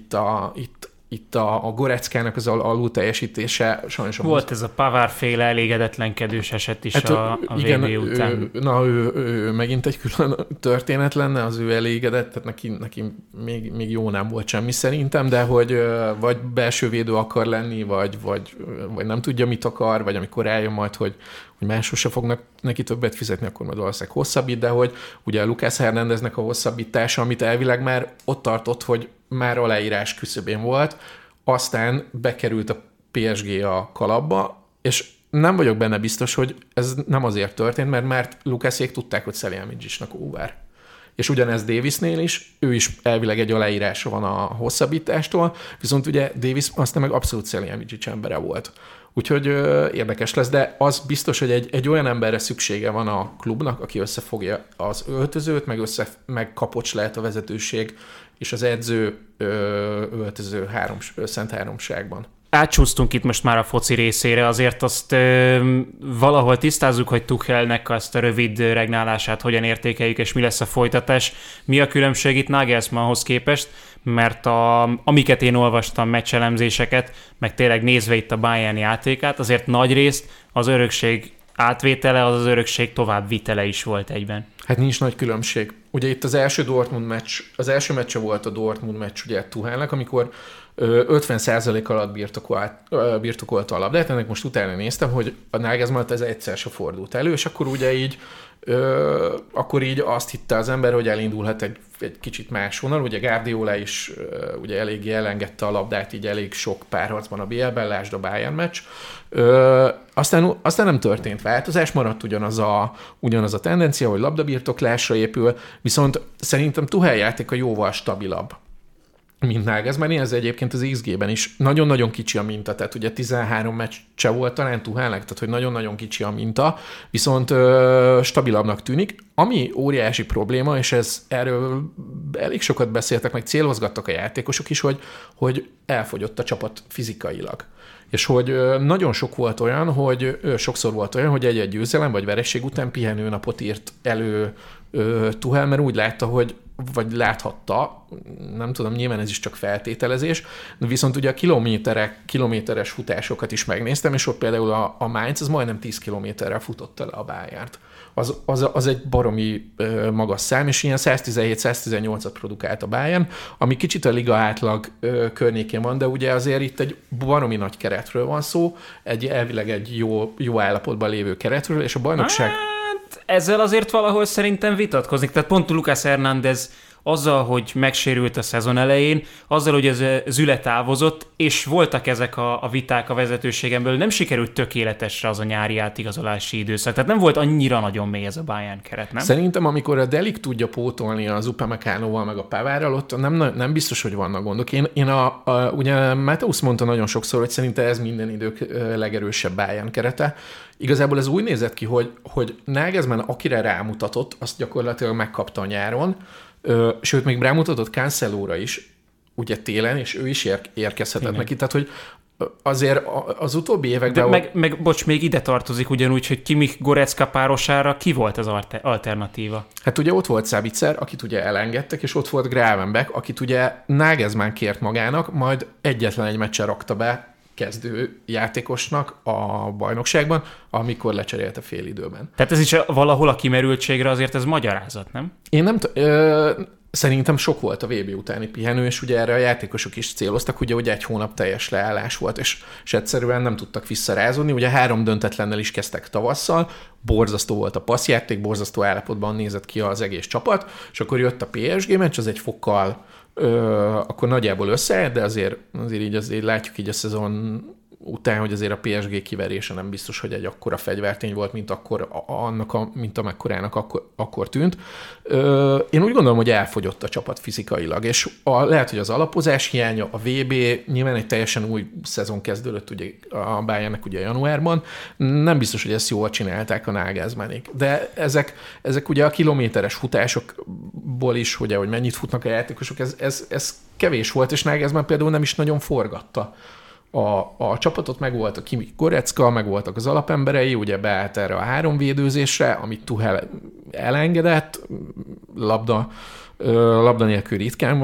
itt a Goreckának az alul teljesítése sajnos... Volt ez a Pavard-féle elégedetlenkedős eset is a VB után. Ő megint egy külön történet lenne, az ő elégedett, tehát neki még jó nem volt semmi szerintem, de hogy vagy belső védő akar lenni, vagy nem tudja, mit akar, vagy amikor eljön majd, hogy mások se fognak neki többet fizetni, akkor majd valószínűleg hosszabbít, de hogy ugye Lucas Hernándeznek a hosszabbítása, amit elvileg már ott tartott, hogy már aláírás küszöbén volt, aztán bekerült a PSG a kalapba, és nem vagyok benne biztos, hogy ez nem azért történt, mert már Lukasék tudták, hogy Salihamidzsisnak over. És ugyanez Davisnél is, ő is elvileg egy aláírása van a hosszabbítástól, viszont ugye Davis aztán meg abszolút Salihamidzsics embere volt. Úgyhogy érdekes lesz, de az biztos, hogy egy olyan emberre szüksége van a klubnak, aki összefogja az öltözőt, meg kapocs lehet a vezetőség és az edző öltöző szent háromságban. Átsúsztunk itt most már a foci részére, azért azt valahol tisztázzuk, hogy Tuchelnek azt a rövid regnálását hogyan értékeljük, és mi lesz a folytatás. Mi a különbség itt Nagelsmannhoz képest, mert amiket én olvastam, meccselemzéseket, meg tényleg nézve itt a Bayern játékát, azért nagy részt az örökség átvétele, az örökség továbbvitele is volt egyben. Hát nincs nagy különbség. Ugye itt az első meccse volt a Dortmund meccs ugye Tuchelnek, amikor 50% alatt birtokolta a labdát, ennek most utána néztem, hogy a Nagelsmann ez egyszer se fordult elő, és akkor ugye akkor így azt hitte az ember, hogy elindulhat egy kicsit máshonnan. Ugye Guardiola is ugye eléggé elengedte a labdát, így elég sok párharcban a BL-ben, lásd a Bayern meccs. Aztán nem történt változás, maradt ugyanaz a tendencia, hogy labdabirtoklásra épül, viszont szerintem Tuchel játéka jóval stabilabb, mint Nagelsmann. Ez egyébként az XG-ben is nagyon-nagyon kicsi a minta, tehát ugye 13 meccse volt talán Tuchelnek, tehát hogy nagyon-nagyon kicsi a minta, viszont stabilabbnak tűnik. Ami óriási probléma, és erről elég sokat beszéltek, meg célozgattak a játékosok is, hogy elfogyott a csapat fizikailag. És hogy sokszor volt olyan, hogy egy győzelem vagy vereség után pihenőnapot írt elő Tuchel, mert úgy látta, vagy láthatta, nem tudom, nyilván ez is csak feltételezés, viszont ugye a kilométeres futásokat is megnéztem, és ott például a Mainz az majdnem 10 kilométerrel futotta le a Bayernt. Az egy baromi magas szám, és ilyen 117-118-at produkált a Bayern, ami kicsit a liga átlag környékén van, de ugye azért itt egy baromi nagy keretről van szó, elvileg egy jó állapotban lévő keretről, és a bajnokság... Ezzel azért valahol szerintem vitatkozik. Tehát pont Lucas Hernández azzal, hogy megsérült a szezon elején, azzal, hogy ez Züle távozott, és voltak ezek a viták a vezetőségen belül, nem sikerült tökéletesre az a nyári átigazolási időszak. Tehát nem volt annyira nagyon mély ez a Bayern keret, nem? Szerintem, amikor a Delik tudja pótolni az Upamecanoval meg a Pavárral, ott nem biztos, hogy vannak gondok. Ugye Mateusz mondta nagyon sokszor, hogy szerintem ez minden idők legerősebb Bayern kerete. Igazából ez úgy nézett ki, hogy Nagelsmann, akire rámutatott, azt gyakorlatilag megkapta a nyáron, sőt, még rámutatott Cancelóra is, ugye télen, és ő is érkezhetett neki. Tehát, hogy azért az utóbbi években... Még ide tartozik ugyanúgy, hogy Kimmich Goretzka párosára ki volt az alternatíva? Hát ugye ott volt Sabitzer, akit ugye elengedtek, és ott volt Gravenberch, akit ugye Nagelsmann kért magának, majd egyetlen egy meccsen rakta be kezdő játékosnak a bajnokságban, amikor lecserélte fél időben. Tehát ez is valahol a kimerültségre azért ez magyarázat, nem? Én nem szerintem sok volt a VB utáni pihenő, és ugye erre a játékosok is céloztak, ugye hogy egy hónap teljes leállás volt, és egyszerűen nem tudtak visszarázódni. Ugye 3 döntetlennel is kezdtek tavasszal, borzasztó volt a passzjáték, borzasztó állapotban nézett ki az egész csapat, és akkor jött a PSG meccs, az egy fokkal akkor nagyjából összeállt, de azért látjuk így a szezon után, hogy azért a PSG kiverése nem biztos, hogy egy akkora fegyvertény volt, mint amekkorának akkor tűnt. Én úgy gondolom, hogy elfogyott a csapat fizikailag, és lehet, hogy az alapozás hiánya, a VB, nyilván egy teljesen új szezon kezdődött ugye a Bayernnek ugye januárban, nem biztos, hogy ezt jól csinálták a Nagelsmannék. De ezek ugye a kilométeres futásokból is, ugye, hogy mennyit futnak a játékosok, ez kevés volt, és Nagelsmann például nem is nagyon forgatta a csapatot, meg volt a Kimi Goretzka, meg voltak az alapemberei, ugye beállt erre a 3 védőzésre, amit Tuchel elengedett, labda nélkül ritkán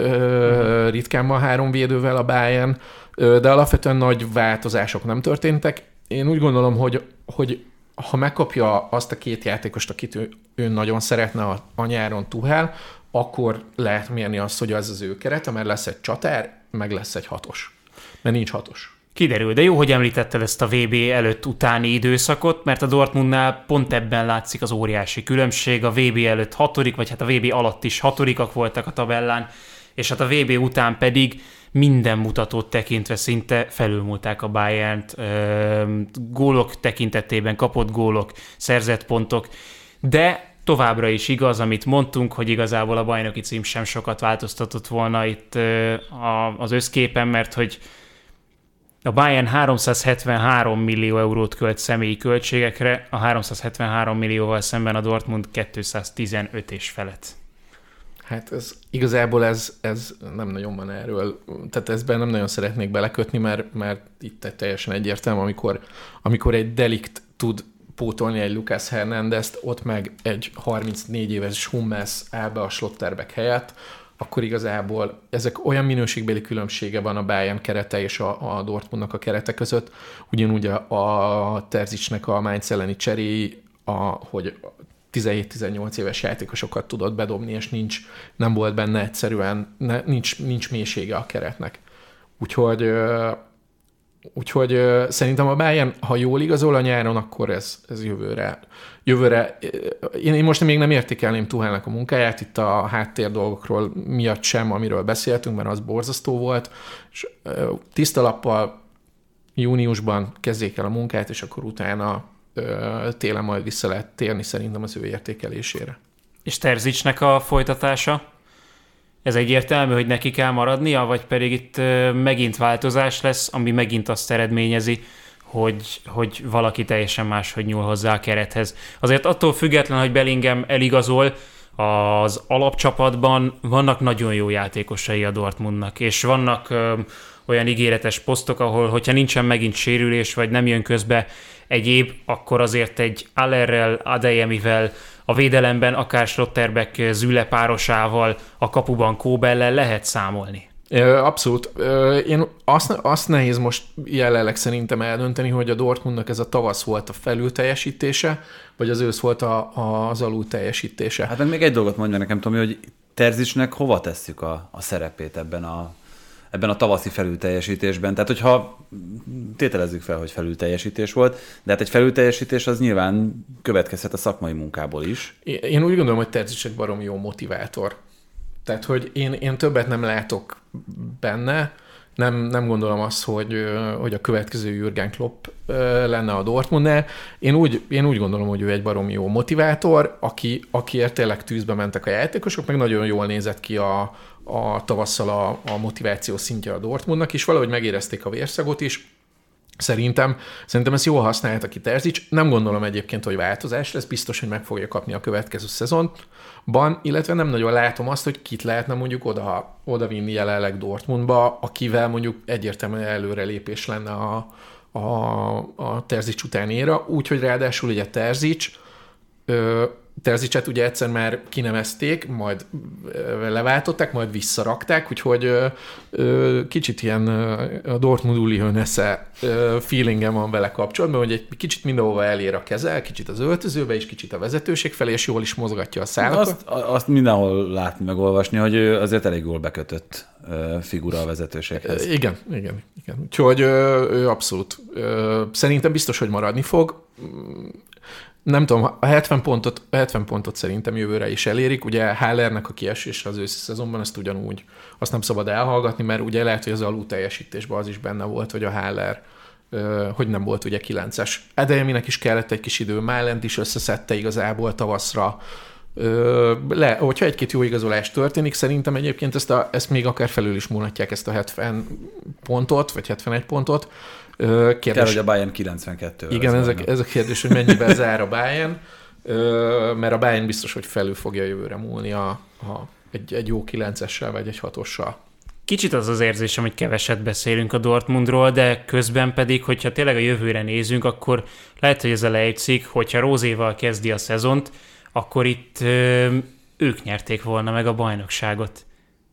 van 3 védővel a Bayern, de alapvetően nagy változások nem történtek. Én úgy gondolom, hogy ha megkapja azt a 2 játékost, akit ő nagyon szeretne a nyáron Tuchel, akkor lehet mérni azt, hogy az az ő kerete, mert lesz egy csatár, meg lesz egy 6-os. Mert nincs 6-os. Kiderül, de jó, hogy említetted ezt a VB előtt-utáni időszakot, mert a Dortmundnál pont ebben látszik az óriási különbség. A VB előtt 6., vagy hát a VB alatt is 6-ak voltak a tabellán, és hát a VB után pedig minden mutatót tekintve szinte felülmúlták a Bayernt, gólok tekintetében, kapott gólok, szerzett pontok, de továbbra is igaz, amit mondtunk, hogy igazából a bajnoki cím sem sokat változtatott volna itt az összképen, mert hogy a Bayern 373 millió eurót költ személyi költségekre, a 373 millióval szemben a Dortmund 215 és felett. Hát igazából ez nem nagyon van erről, tehát ezben nem nagyon szeretnék belekötni, mert itt teljesen egyértelmű, amikor egy Delikt tud pótolni egy Lucas Hernandezt, ott meg egy 34 éves Hummels áll be a Schlotterbeck helyett, akkor igazából ezek olyan minőségbeli különbsége van a Bayern kerete és a Dortmundnak a kerete között, ugyanúgy a Terzicsnek a Mainz elleni cseréi, hogy 17-18 éves játékosokat tudott bedobni, és nem volt benne egyszerűen, nincs mélysége a keretnek. Úgyhogy szerintem a Bayern, ha jól igazol a nyáron, akkor ez jövőre. Én most még nem értékelném Tuchelnek a munkáját, itt a háttér dolgokról miatt sem, amiről beszéltünk, mert az borzasztó volt, és tiszta lappal júniusban kezdjék el a munkát, és akkor utána télen majd vissza lehet térni szerintem az ő értékelésére. És Terzicsnek a folytatása? Ez egyértelmű, hogy neki kell maradnia, vagy pedig itt megint változás lesz, ami megint azt eredményezi, hogy valaki teljesen máshogy nyúl hozzá a kerethez. Azért attól független, hogy Bellingham eligazol, az alapcsapatban vannak nagyon jó játékosai a Dortmundnak, és vannak olyan ígéretes posztok, ahol, hogyha nincsen megint sérülés, vagy nem jön közbe egyéb, akkor azért egy Allerrel, Adeyemivel, a védelemben akár Schlotterbeck Züle párosával, a kapuban Kóbellel lehet számolni. Abszolút. Én azt nehéz most jelenleg szerintem eldönteni, hogy a Dortmundnak ez a tavasz volt a felülteljesítése, vagy az ősz volt az alulteljesítése. Hát meg még egy dolgot mondja nekem, Tomi, hogy Terzicsnek hova tesszük a szerepét ebben a tavaszi felülteljesítésben. Tehát, hogyha tételezzük fel, hogy felülteljesítés volt, de hát egy felülteljesítés az nyilván következhet a szakmai munkából is. Én úgy gondolom, hogy Terzics egy baromi jó motivátor. Tehát, hogy én többet nem látok benne, nem gondolom azt, hogy a következő Jürgen Klopp lenne a Dortmundnál. Én úgy gondolom, hogy ő egy baromi jó motivátor, akiért tényleg tűzbe mentek a játékosok, meg nagyon jól nézett ki a tavasszal a motiváció szintje a Dortmundnak, és valahogy megérezték a vérszagot is. Szerintem ezt jól használta ki Terzics. Nem gondolom egyébként, hogy változás lesz, biztos, hogy meg fogja kapni a következő szezonban, illetve nem nagyon látom azt, hogy kit lehetne mondjuk odavinni jelenleg Dortmundba, akivel mondjuk egyértelműen előrelépés lenne a Terzics utánéra, úgyhogy ráadásul ugye Terzicset ugye egyszer már kinevezték, majd leváltották, majd visszarakták, úgyhogy kicsit ilyen a Dortmund Uli Hoeneß feelingem van vele kapcsolatban, hogy egy kicsit mindenhova elér a keze, kicsit az öltözőbe is, kicsit a vezetőség felé, és jól is mozgatja a szálakat. Azt mindenhol látni, meg olvasni, hogy ő azért elég jól bekötött figura a vezetőséghez. Igen. Úgyhogy ő abszolút. Szerintem biztos, hogy maradni fog. nem tudom, a 70 pontot szerintem jövőre is elérik. Ugye Hallernek a kiesésre az őszi szezonban, ezt ugyanúgy, azt nem szabad elhallgatni, mert ugye lehet, hogy az alul teljesítésben az is benne volt, hogy a Haller hogy nem volt ugye 9-es. Adeyeminek is kellett egy kis idő, Málent is összeszedte igazából tavaszra. Hogyha egy-két jó igazolás történik, szerintem egyébként ezt még akár felül is múlhatják ezt a 70 pontot, vagy 71 pontot. Kérdés, kell, hogy a Bayern 92-vel. Igen, ez a kérdés, hogy mennyivel zár a Bayern, mert a Bayern biztos, hogy felül fogja jövőre múlni egy jó 9-essel, vagy egy 6-ossal. Kicsit az az érzésem, hogy keveset beszélünk a Dortmundról, de közben pedig, hogyha tényleg a jövőre nézünk, akkor lehet, hogy ez a Leipzig, hogyha Rózéval kezdi a szezont, akkor itt ők nyerték volna meg a bajnokságot.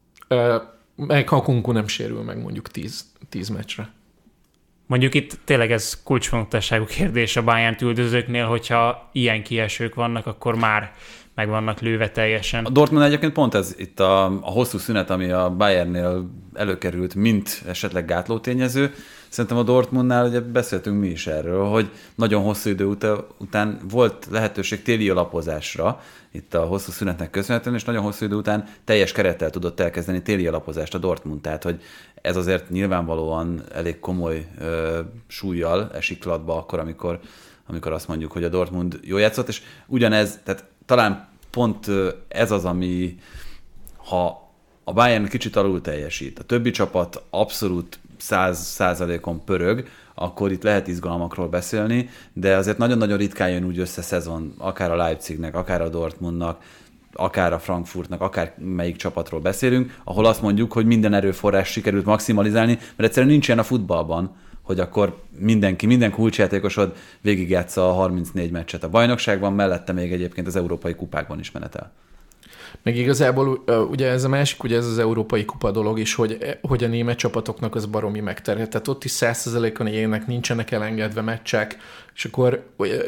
Meg ha Kunku nem sérül meg mondjuk 10 meccsre. Mondjuk itt tényleg ez kulcsfontosságú kérdés a Bayern üldözőknél, hogyha ilyen kiesők vannak, akkor már meg vannak lőve teljesen. A Dortmund egyébként pont ez itt a hosszú szünet, ami a Bayernnél előkerült, mint esetleg gátló tényező. Szerintem a Dortmundnál ugye beszéltünk mi is erről, hogy nagyon hosszú idő után volt lehetőség téli alapozásra, itt a hosszú szünetnek köszönhetően, és nagyon hosszú idő után teljes kerettel tudott elkezdeni téli alapozást a Dortmund. Tehát, hogy ez azért nyilvánvalóan elég komoly súllyal esik latba akkor, amikor azt mondjuk, hogy a Dortmund jól játszott, és ugyanez, tehát talán pont ez az, ami ha a Bayern kicsit alul teljesít, a többi csapat abszolút 100%-on pörög, akkor itt lehet izgalmakról beszélni, de azért nagyon-nagyon ritkán jön úgy össze szezon, akár a Leipzignek, akár a Dortmundnak, akár a Frankfurtnak, akár melyik csapatról beszélünk, ahol azt mondjuk, hogy minden erőforrás sikerült maximalizálni, mert egyszerűen nincs ilyen a futballban, hogy akkor minden kulcsjátékosod végigjátsza a 34 meccset a bajnokságban, mellette még egyébként az európai kupákban is menetel. Meg igazából ugye ez a másik, ugye ez az európai kupa dolog is, hogy a német csapatoknak az baromi megterhet. Tehát ott is 100%-on ilyenek, nincsenek elengedve meccsek, és akkor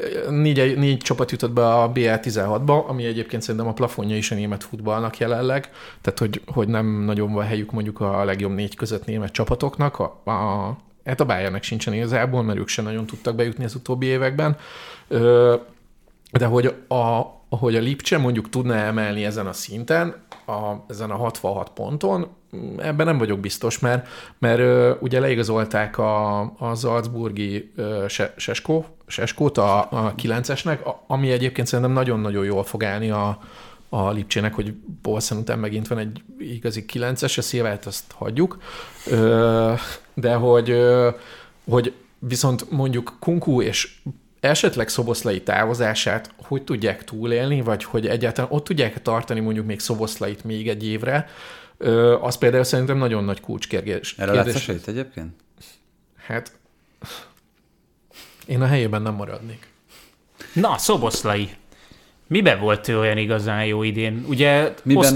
4 csapat jutott be a BL16-ba, ami egyébként szerintem a plafonja is a német futballnak jelenleg, tehát hogy nem nagyon van helyük mondjuk a legjobb 4 között német csapatoknak, hát a Bayernnek sincsen igazából, mert ők sem nagyon tudtak bejutni az utóbbi években, de hogy a Lipcse mondjuk tudna emelni ezen a szinten, ezen a 66 ponton, ebben nem vagyok biztos, mert ugye leigazolták a Salzburgi Seskót a 9-esnek, ami egyébként szerintem nagyon-nagyon jól fog állni a Lipcsének, hogy Paulsen után megint van egy igazi 9-es, a Szilvát azt hagyjuk, de hogy viszont mondjuk Kunku és esetleg Szoboszlai távozását hogy tudják túlélni, vagy hogy egyáltalán ott tudják tartani mondjuk még Szoboszlait még egy évre, az például szerintem nagyon nagy kulcskérdés. Erre látsz esélyt egyébként? Hát én a helyében nem maradnék. Na, Szoboszlai. Miben volt ő olyan igazán jó idén? Ugye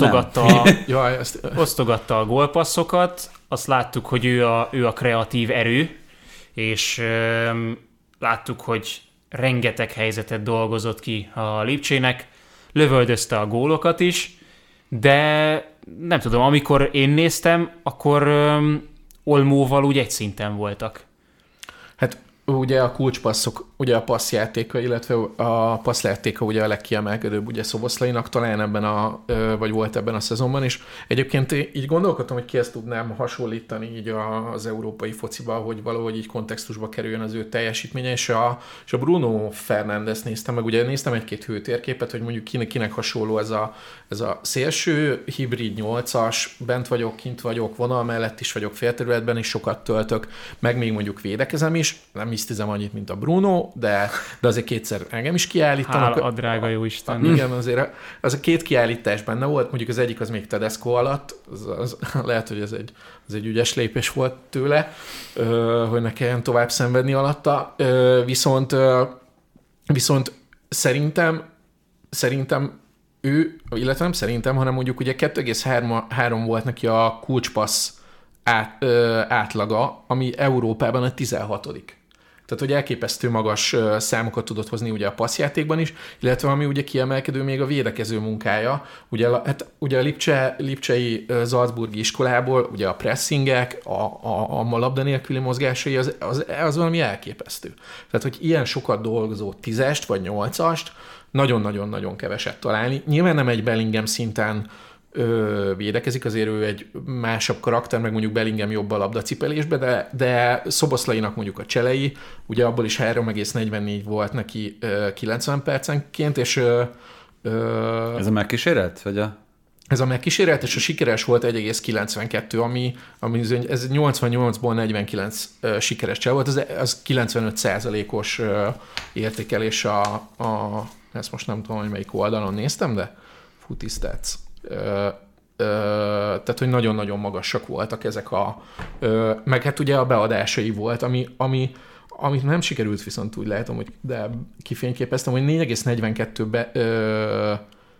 osztogatta a gólpasszokat, azt láttuk, hogy ő a kreatív erő, és láttuk, hogy rengeteg helyzetet dolgozott ki a Lipcsének, lövöldözte a gólokat is, de nem tudom, amikor én néztem, akkor Olmóval úgy egy szinten voltak. Hát ugye a kulcspasszok, ugye a passzjátéka, illetve a passzjátéka ugye a legkiemelkedőbb ugye Szoboszlainak talán vagy volt ebben a szezonban is. Egyébként így gondolkodtam, hogy ki ezt tudnám hasonlítani így az európai fociba, hogy valahogy így kontextusba kerüljön az ő teljesítménye, és a Bruno Fernandes néztem meg, ugye néztem egy-két hőtérképet, hogy mondjuk kinek hasonló ez a szélső, hibrid 8-as, bent vagyok, kint vagyok, vonal mellett is vagyok, félterületben is sokat töltök, meg még mondjuk védekezem is, nem hisztizem annyit, mint a Bruno, de azért kétszer engem is kiállítanak. Hál a drága jó Isten. Igen, azért az a 2 kiállítás benne volt, mondjuk az egyik az még Tedesco alatt, lehet, hogy ez egy ügyes lépés volt tőle, hogy ne kelljen tovább szenvedni alatta, viszont szerintem ő, illetve nem szerintem, hanem mondjuk ugye 2,3 volt neki a kulcspassz átlaga, ami Európában a 16. Tehát, hogy elképesztő magas számokat tudott hozni ugye a passzjátékban is, illetve ami ugye kiemelkedő még a védekező munkája. Ugye a lipcsei salzburgi iskolából ugye a pressingek, a labda nélküli mozgásai, az valami elképesztő. Tehát, hogy ilyen sokat dolgozó 10-est vagy 8-ast nagyon-nagyon-nagyon keveset találni. Nyilván nem egy Bellingham szinten védekezik, azért ő egy másabb karakter, meg mondjuk Bellingham jobb a labdacipelésbe, de Szoboszlainak mondjuk a cselei, ugye abból is 3,44 volt neki 90 percenként, és ez a megkísérlet? Vagy ez a megkísérlet, és a sikeres volt 1,92, ami ez 88-ból 49 sikeres csel volt, az 95%-os értékelés ezt most nem tudom, hogy melyik oldalon néztem, de Footy-Stats. Tehát, hogy nagyon-nagyon magasak voltak ezek meg hát ugye a beadásai volt, amit nem sikerült, viszont úgy látom, hogy de kifényképeztem, hogy 4,42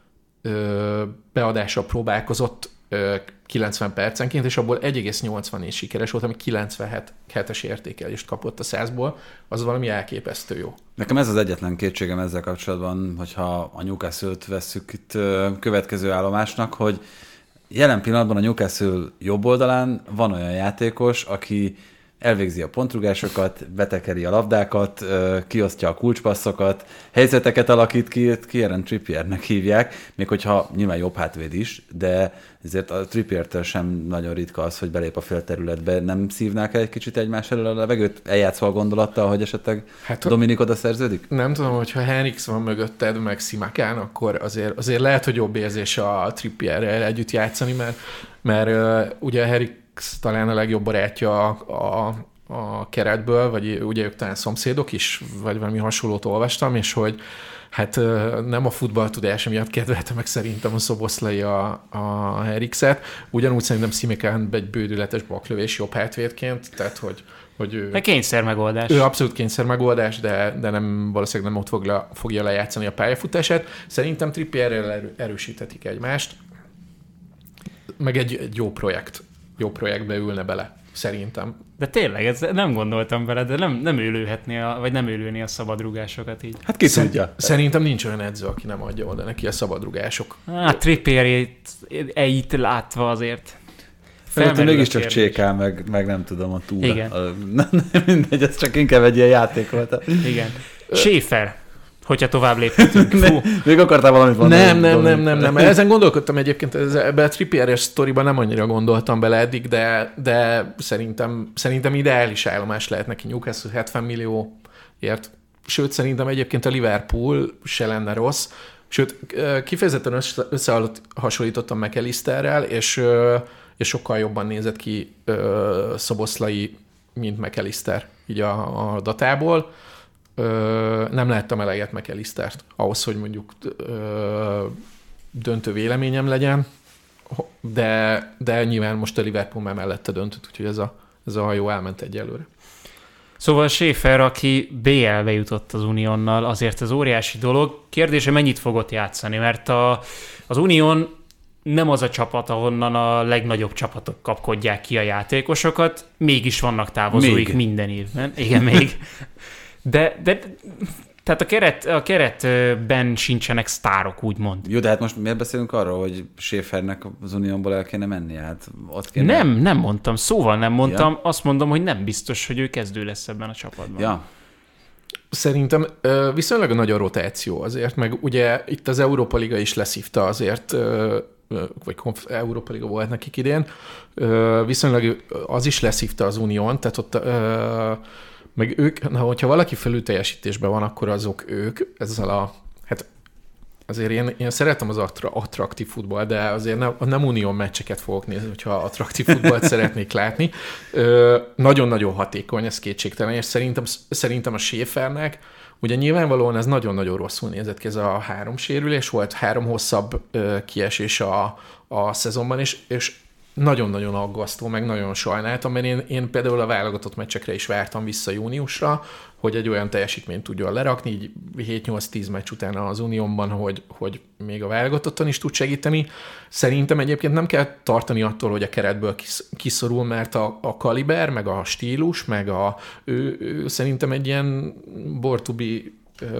beadásra próbálkozott 90 percenként, és abból 1,84 sikeres volt, ami 97-es értékelést kapott a 100-ból, az valami elképesztő jó. Nekem ez az egyetlen kétségem ezzel kapcsolatban, hogyha a Newcastle-t vesszük itt következő állomásnak, hogy jelen pillanatban a Newcastle jobb oldalán van olyan játékos, aki elvégzi a pontrugásokat, betekeri a labdákat, kiosztja a kulcspasszokat, helyzeteket alakít ki, Kieran Trippiernek hívják, még hogyha nyilván jobb hátvéd is, de ezért a Trippiertől sem nagyon ritka az, hogy belép a félterületbe. Nem szívnák egy kicsit egymás elől a levegőt, eljátszva a gondolattal, hogy esetleg Dominik oda szerződik? Nem tudom, hogyha Henriks van mögötted, meg Simakán, akkor azért lehet, hogy jobb érzés a Trippierrel együtt játszani, mert ugye Henriks talán a legjobb barátja a keretből, vagy ugye ők talán szomszédok is, vagy valami hasonlót olvastam, és hogy hát nem a futballtudása miatt kedvelte meg szerintem a Szoboszlai a Henrikset. Ugyanúgy szerintem Simikán egy bődületes baklövés jobb hátvédként, tehát hogy ő... De kényszer megoldás. Ő abszolút kényszer megoldás, de nem, valószínűleg nem ott fogja lejátszani a pályafutását. Szerintem Trippierrel erősíthetik egymást, meg egy jó projektbe ülne bele, szerintem. De tényleg, nem gondoltam bele, de nem ülőné a szabadrugásokat így. Hát ki tudja. Szerintem nincs olyan edző, aki nem adja oda neki a szabadrugások. Hát Trippierét látva azért. Felmerül mégiscsak csékál, meg nem tudom, a túl. Igen. Mindegy, ez csak inkább egy ilyen játék volt. Igen. Schäfer, hogyha tovább léphetünk. Még akartál valamit mondani? Nem. Ezen gondolkodtam egyébként, ebbe a Trippieres sztoriban nem annyira gondoltam bele eddig, de szerintem ideális állomás lehet neki Newcastle 70 millióért. Sőt, szerintem egyébként a Liverpool se lenne rossz. Sőt, kifejezetten összehasonlítottam McAllisterrel, és sokkal jobban nézett ki Szoboszlai, mint McAllister így a datából. Nem láttam eleget McAllistert ahhoz, hogy mondjuk döntő véleményem legyen, de nyilván most a Liverpool már mellette döntött, úgyhogy ez a hajó elment egyelőre. Szóval Schäfer, aki BL-be jutott az Uniónnal, azért ez óriási dolog. Kérdése, mennyit fogott játszani, mert az Unión nem az a csapat, ahonnan a legnagyobb csapatok kapkodják ki a játékosokat, mégis vannak távozóik minden évben. Igen, még. De tehát a keretben sincsenek sztárok, úgymond. Jó, de hát most miért beszélünk arról, hogy Schäfernek az Uniónból el kéne menni? Hát ott kéne... Nem mondtam, szóval nem mondtam. Ja. Azt mondom, hogy nem biztos, hogy ő kezdő lesz ebben a csapatban. Ja. Szerintem viszonylag nagy a rotáció azért, meg ugye itt az Európa Liga is leszívta azért, vagy Európa Liga volt nekik idén, viszonylag az is leszívta az Unión, tehát ott meg ők, hogyha valaki felülteljesítésben van, akkor azok ők, ezzel hát azért én szeretem az attraktív futball, de azért nem Unión meccseket fogok nézni, hogyha attraktív futballt szeretnék látni. Nagyon-nagyon hatékony, ez kétségtelen, és szerintem a Schäfernek, ugye nyilvánvalóan ez nagyon-nagyon rosszul nézett ki, ez a 3 sérülés volt, 3 hosszabb kiesés a szezonban, és nagyon-nagyon aggasztó, meg nagyon sajnáltam, mert én például a válogatott meccsekre is vártam vissza júniusra, hogy egy olyan teljesítményt tudjon lerakni, így 7-8-10 meccs után az Uniónban, hogy még a válogatottan is tud segíteni. Szerintem egyébként nem kell tartani attól, hogy a keretből kiszorul, mert a kaliber, meg a stílus, meg ő szerintem egy ilyen bortubi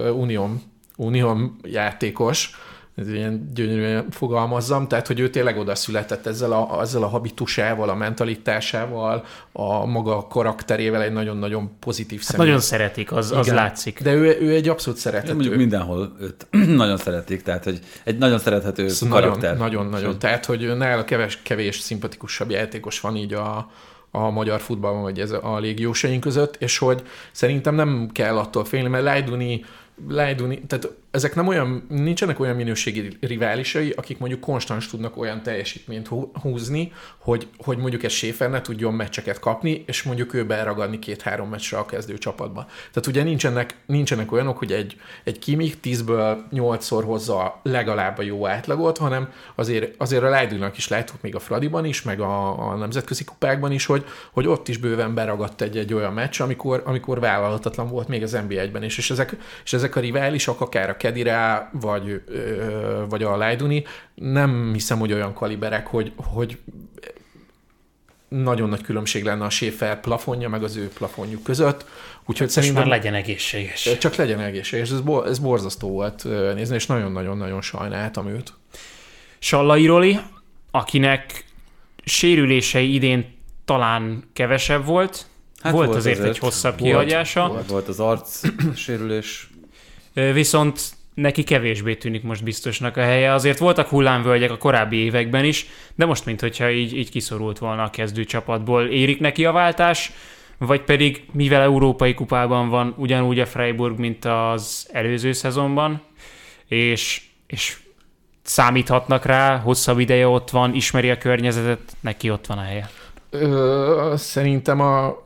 Unión játékos, ez ilyen gyönyörűen fogalmazzam, tehát, hogy ő tényleg oda született ezzel a habitusával, a mentalitásával, a maga karakterével egy nagyon-nagyon pozitív személy. Nagyon szeretik, az látszik. De ő egy abszolút szerethető. Mondjuk mindenhol őt nagyon szeretik, tehát, hogy egy nagyon szerethető karakter. Nagyon. Tehát, hogy nála kevés szimpatikusabb játékos van így a magyar futballban, vagy ez a légiósaink között, és hogy szerintem nem kell attól félni, mert Lajduni, tehát ezek nincsenek olyan minőségi riválisai, akik mondjuk konstans tudnak olyan teljesítményt húzni, hogy mondjuk egy Schäfer ne tudjon meccseket kapni, és mondjuk ő beragadni 2-3 meccsre a kezdő csapatba. Tehát ugye nincsenek olyanok, hogy egy Kimmich 10-ből 8-szor hozza legalább a jó átlagot, hanem azért a Lajduninak is látszott még a Fradiban is, meg a nemzetközi kupákban is, hogy ott is bőven beragadt egy olyan meccs, amikor vállalhatatlan volt még az NB1-ben is. És ezek a riválisok, akár a Kedira, vagy a Lajduni, nem hiszem, hogy olyan kaliberek, hogy nagyon nagy különbség lenne a Schäfer plafonja, meg az ő plafonjuk között. Úgyhogy szerintem már legyen egészséges. Csak legyen egészséges. Ez borzasztó volt nézni, és nagyon-nagyon-nagyon sajnáltam őt. Sallai Roli, akinek sérülései idén talán kevesebb volt. Hát volt azért egy hosszabb kihagyása. Volt az arc sérülés. Viszont neki kevésbé tűnik most biztosnak a helye. Azért voltak hullámvölgyek a korábbi években is, de most minthogyha így kiszorult volna a kezdőcsapatból. Érik neki a váltás, vagy pedig mivel európai kupában van ugyanúgy a Freiburg, mint az előző szezonban, és számíthatnak rá, hosszabb ideje ott van, ismeri a környezetet, neki ott van a helye. Szerintem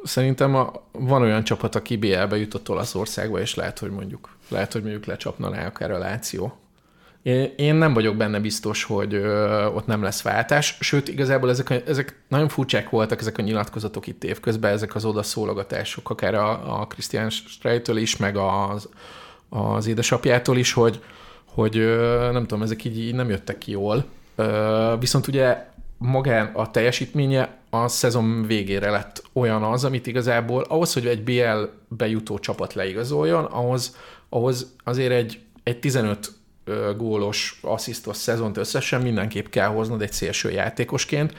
van olyan csapat, aki BL-be jutott Olaszországba, és lehet, hogy mondjuk lecsapna rá akár a Láció. Én nem vagyok benne biztos, hogy ott nem lesz váltás, sőt, igazából ezek nagyon furcsák voltak, ezek a nyilatkozatok itt évközben, ezek az odaszólogatások, akár a Christian Streitől is, meg az édesapjától is, hogy nem tudom, ezek így nem jöttek ki jól. Viszont ugye magán a teljesítménye a szezon végére lett olyan az, amit igazából ahhoz, hogy egy BL-be jutó csapat leigazoljon, ahhoz azért egy 15 gólos, asszisztos szezont összesen mindenképp kell hoznod egy szélső játékosként,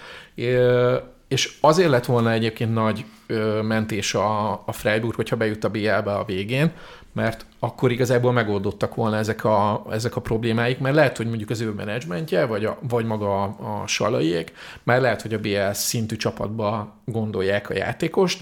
és azért lett volna egyébként nagy mentés a Freiburg, hogyha bejut a BL-be a végén, mert akkor igazából megoldottak volna ezek a problémáik, mert lehet, hogy mondjuk az ő menedzsmentje, vagy maga a Salaiék, már lehet, hogy a BL szintű csapatba gondolják a játékost.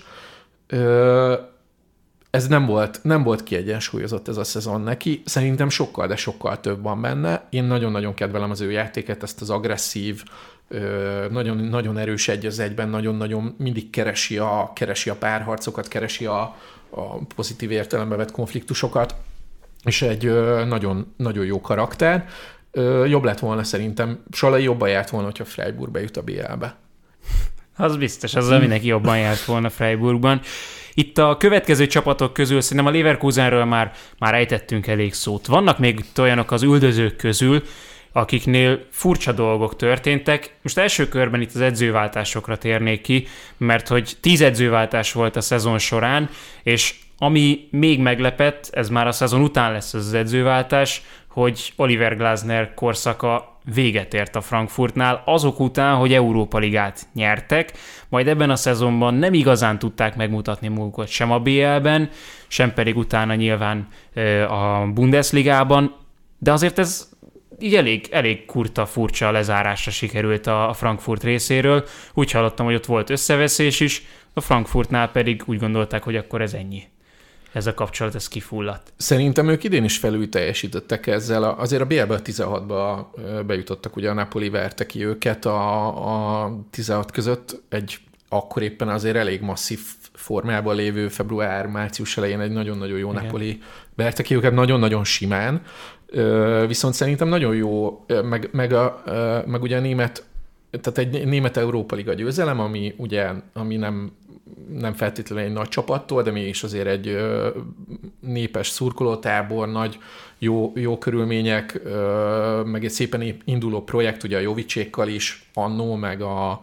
Ez nem volt kiegyensúlyozott ez a szezon neki. Szerintem sokkal, de sokkal több van benne. Én nagyon-nagyon kedvelem az ő játéket, ezt az agresszív, nagyon, nagyon erős egy az egyben, nagyon-nagyon mindig keresi a párharcokat, keresi a pozitív értelembe vett konfliktusokat, és egy nagyon, nagyon jó karakter. Jobb lett volna szerintem, Salai jobban járt volna, hogyha Freiburg bejut a BL-be. Az biztos, azzal mindenki jobban járt volna Freiburgban. Itt a következő csapatok közül szerintem a Leverkusenről már ejtettünk elég szót. Vannak még olyanok az üldözők közül, akiknél furcsa dolgok történtek. Most első körben itt az edzőváltásokra térnék ki, mert hogy 10 edzőváltás volt a szezon során, és ami még meglepett, ez már a szezon után lesz az edzőváltás, hogy Oliver Glasner korszaka véget ért a Frankfurtnál, azok után, hogy Európa Ligát nyertek, majd ebben a szezonban nem igazán tudták megmutatni magukat sem a BL-ben, sem pedig utána nyilván a Bundesligában, de azért ez így elég kurta, furcsa lezárásra sikerült a Frankfurt részéről. Úgy hallottam, hogy ott volt összeveszés is, a Frankfurtnál pedig úgy gondolták, hogy akkor ez ennyi. Ez a kapcsolat, ez kifulladt. Szerintem ők idén is felül teljesítettek ezzel. Azért a BL-ből 16-ba bejutottak, ugye a Napoli verte ki őket a 16 között akkor éppen azért elég masszív formában lévő február-március elején egy nagyon-nagyon jó Napoli verte ki őket, nagyon-nagyon simán. Viszont szerintem nagyon jó, meg ugye a német tehát egy német Európa Liga győzelem, ami nem feltétlenül egy nagy csapattól, de mégis azért egy népes szurkolótábor, nagy jó körülmények, meg egy szépen induló projekt, ugye a Jovicsékkal is, annó, meg a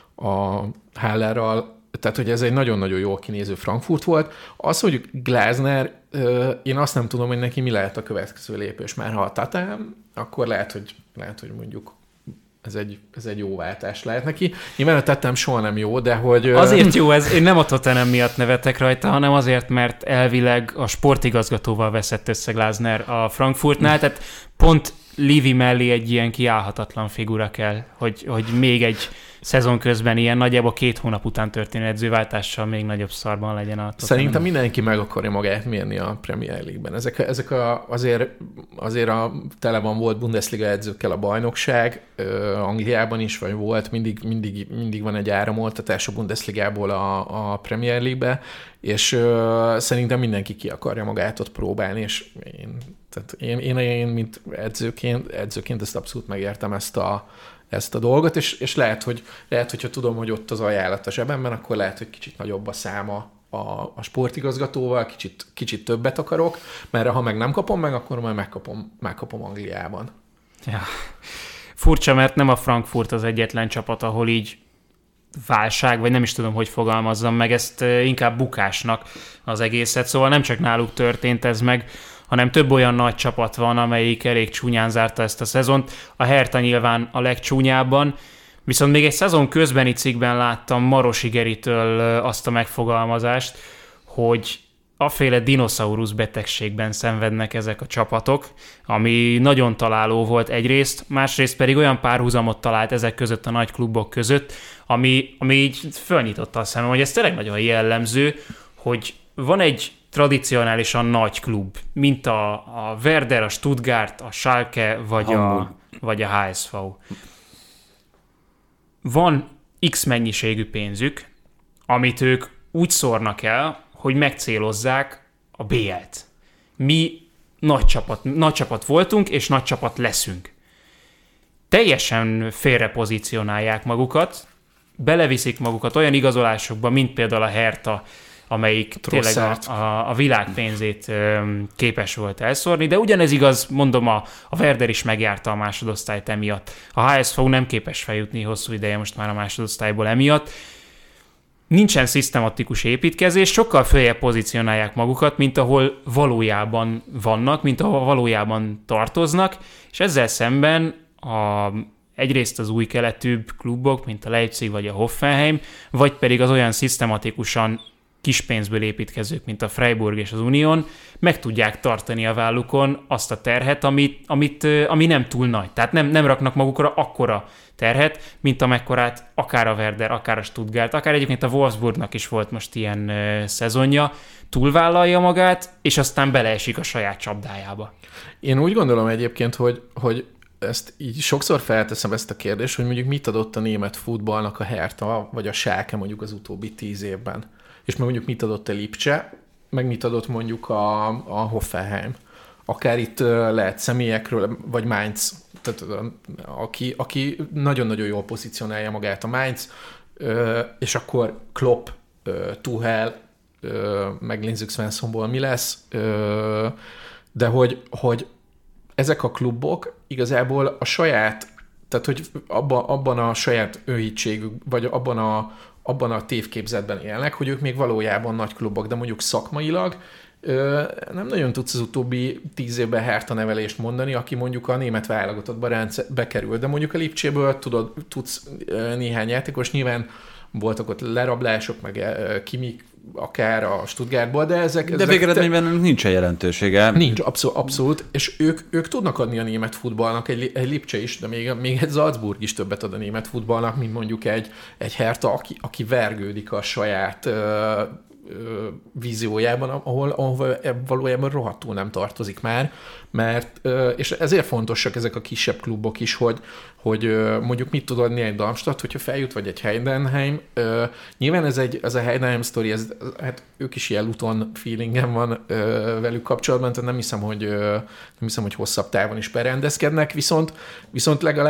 Hallerral, tehát hogy ez egy nagyon-nagyon jól kinéző Frankfurt volt. Az, hogy Glasner, én azt nem tudom, hogy neki mi lehet a következő lépés, mert ha a Tatán, akkor lehet, hogy mondjuk ez egy jó váltás lehet neki. Nyilván a Tottenham soha nem jó, de hogy... Azért jó ez, én nem a Tottenham miatt nevetek rajta, hanem azért, mert elvileg a sportigazgatóval veszett össze Glasner a Frankfurtnál, tehát pont Levy mellé egy ilyen kiállhatatlan figura kell, hogy még egy szezon közben ilyen nagyjából 2 hónap után történő edzőváltással még nagyobb szarban legyen a Tottenham. Szerintem mindenki meg akarja magát mérni a Premier League-ben. Ezek azért tele van volt Bundesliga edzőkkel a bajnokság, Angliában is, vagy volt, mindig van egy áramoltatás a Bundesligából a Premier League-be, és szerintem mindenki ki akarja magát ott próbálni, és én mint edzőként ezt abszolút megértem ezt a dolgot, és lehet, hogyha tudom, hogy ott az ajánlat a zsebemben, akkor lehet, hogy kicsit nagyobb a száma a sportigazgatóval, kicsit többet akarok, mert ha meg nem kapom meg, akkor majd megkapom Angliában. Ja. Furcsa, mert nem a Frankfurt az egyetlen csapat, ahol így válság, vagy nem is tudom, hogy fogalmazzam meg, ezt inkább bukásnak az egészet, szóval nem csak náluk történt ez meg, hanem több olyan nagy csapat van, amelyik elég csúnyán zárta ezt a szezont. A Hertha nyilván a legcsúnyábban, viszont még egy szezon közbeni cikkben láttam Marosi Geritől azt a megfogalmazást, hogy aféle dinoszaurusz betegségben szenvednek ezek a csapatok, ami nagyon találó volt egyrészt, másrészt pedig olyan párhuzamot talált ezek között a nagy klubok között, ami így fölnyitotta a szemem, hogy ez tényleg nagyon jellemző, hogy van egy tradicionálisan nagy klub, mint a Werder, a Stuttgart, a Schalke, vagy a HSV. Van X mennyiségű pénzük, amit ők úgy szórnak el, hogy megcélozzák a BL-t. Mi nagy csapat voltunk, és nagy csapat leszünk. Teljesen félre pozícionálják magukat, beleviszik magukat olyan igazolásokba, mint például a Hertha, amelyik tényleg a világ pénzét képes volt elszórni, de ugyanez igaz, mondom, a Werder is megjárta a másodosztályt emiatt. A HSV nem képes feljutni hosszú ideje most már a másodosztályból emiatt. Nincsen szisztematikus építkezés, sokkal följebb pozícionálják magukat, mint ahol valójában vannak, mint ahol valójában tartoznak, és ezzel szemben egyrészt az új keletűbb klubok, mint a Leipzig vagy a Hoffenheim, vagy pedig az olyan szisztematikusan kis pénzből építkezők, mint a Freiburg és az Union, meg tudják tartani a vállukon azt a terhet, ami nem túl nagy. Tehát nem raknak magukra akkora terhet, mint amekkorát akár a Werder, akár a Stuttgart, akár egyébként a Wolfsburgnak is volt most ilyen szezonja, túlvállalja magát, és aztán beleesik a saját csapdájába. Én úgy gondolom egyébként, hogy ezt így sokszor felteszem ezt a kérdést, hogy mondjuk mit adott a német futballnak a Hertha, vagy a Schalke mondjuk az utóbbi 10 évben. És mondjuk mit adott a Lipcse, meg mit adott mondjuk a Hoffenheim. Akár itt lehet személyekről, vagy Mainz, tehát, aki nagyon-nagyon jól pozícionálja magát a Mainz, és akkor Klopp, Tuchel, meg Lindsay Svenssonból mi lesz, de hogy ezek a klubok igazából a saját, tehát hogy abban a saját önhitségük, vagy abban a tévképzetben élnek, hogy ők még valójában nagy klubok, de mondjuk szakmailag nem nagyon tudsz az utóbbi 10 évben Hertha nevelést mondani, aki mondjuk a német válogatottba bekerül, de mondjuk a Lipcséből tudsz néhány játékos, nyilván voltak ott lerablások, meg Kimik, akár a Stuttgartból, de ezek... De végeredményben nincsen jelentősége. Nincs, abszolút, és ők tudnak adni a német futballnak, egy Lipcse is, de még egy Salzburg is többet ad a német futballnak, mint mondjuk egy Hertha, aki vergődik a saját víziójában, ahol valójában rohadtul nem tartozik már, mert, és ezért fontosak ezek a kisebb klubok is, hogy mondjuk mit tud adni egy Darmstadt, hogyha feljut, vagy egy Heidenheim. Nyilván ez a Heidenheim sztori, hát ők is ilyen Luton feelingem van velük kapcsolatban, tehát nem hiszem, hogy hosszabb távon is berendezkednek, viszont legalább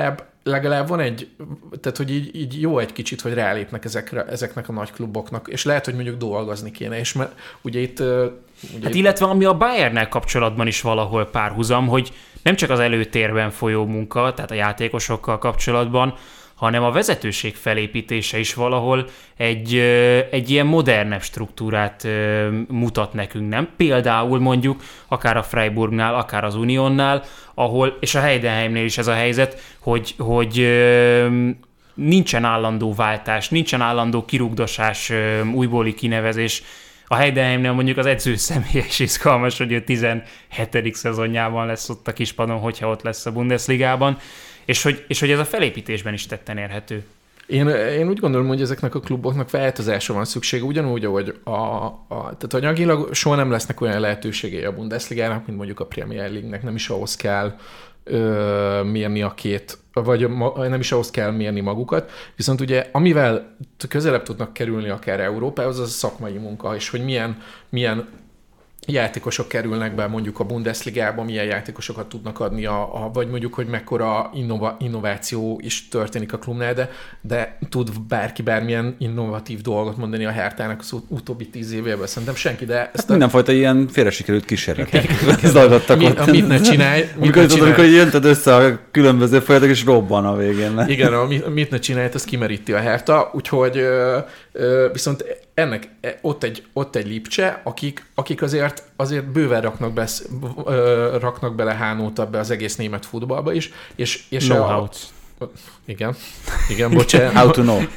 legalább van tehát hogy így jó egy kicsit, hogy rálépnek ezeknek a nagy kluboknak, és lehet, hogy mondjuk dolgozni kéne, és mert ugye itt... illetve ami a Bayernnel kapcsolatban is valahol párhuzam, hogy nem csak az előtérben folyó munka, tehát a játékosokkal kapcsolatban, hanem a vezetőség felépítése is valahol egy ilyen modernebb struktúrát mutat nekünk, nem? Például mondjuk akár a Freiburgnál, akár az Unionnál, ahol, és a Heidenheimnél is ez a helyzet, hogy nincsen állandó váltás, nincsen állandó kirúgdosás, újbóli kinevezés. A Heidenheimnél mondjuk az edző személye is izgalmas, hogy ő 17. szezonjában lesz ott a kispadon, hogyha ott lesz a Bundesligában, és hogy ez a felépítésben is tetten érhető. Én úgy gondolom, hogy ezeknek a kluboknak változásra van szüksége, ugyanúgy, ahogy tehát anyagilag soha nem lesznek olyan lehetőségei a Bundesligának, mint mondjuk a Premier League-nek, nem is ahhoz kell mérni vagy nem is ahhoz kell mérni magukat, viszont ugye amivel közelebb tudnak kerülni akár Európához, az a szakmai munka, és hogy milyen játékosok kerülnek be mondjuk a Bundesligába, milyen játékosokat tudnak adni, vagy mondjuk, hogy mekkora innováció is történik a klubnál, de tud bárki bármilyen innovatív dolgot mondani a Hertának az utóbbi 10 évében. Szerintem senki, de ezt mindenfajta ilyen félre sikerült kísérletek zajlottak ott. Mit ne csinálj? Amikor tudod, hogy jönted össze a különböző folyamatok, és robban a végén. Igen, mit ne csinálj, ezt kimeríti a Hertha, úgyhogy viszont ennek ott egy Lipcse, akik azért bőven raknak bele hánót abba az egész német futballba is, és know-how-t. Igen, bocsánat. How to know.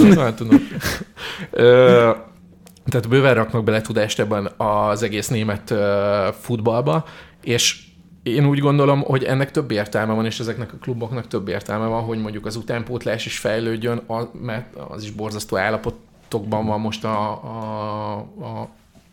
Tehát bőven raknak bele tudást ebben az egész német futballba, és én úgy gondolom, hogy ennek több értelme van, és ezeknek a kluboknak több értelme van, hogy mondjuk az utánpótlás is fejlődjön, mert az is borzasztó állapotokban van most a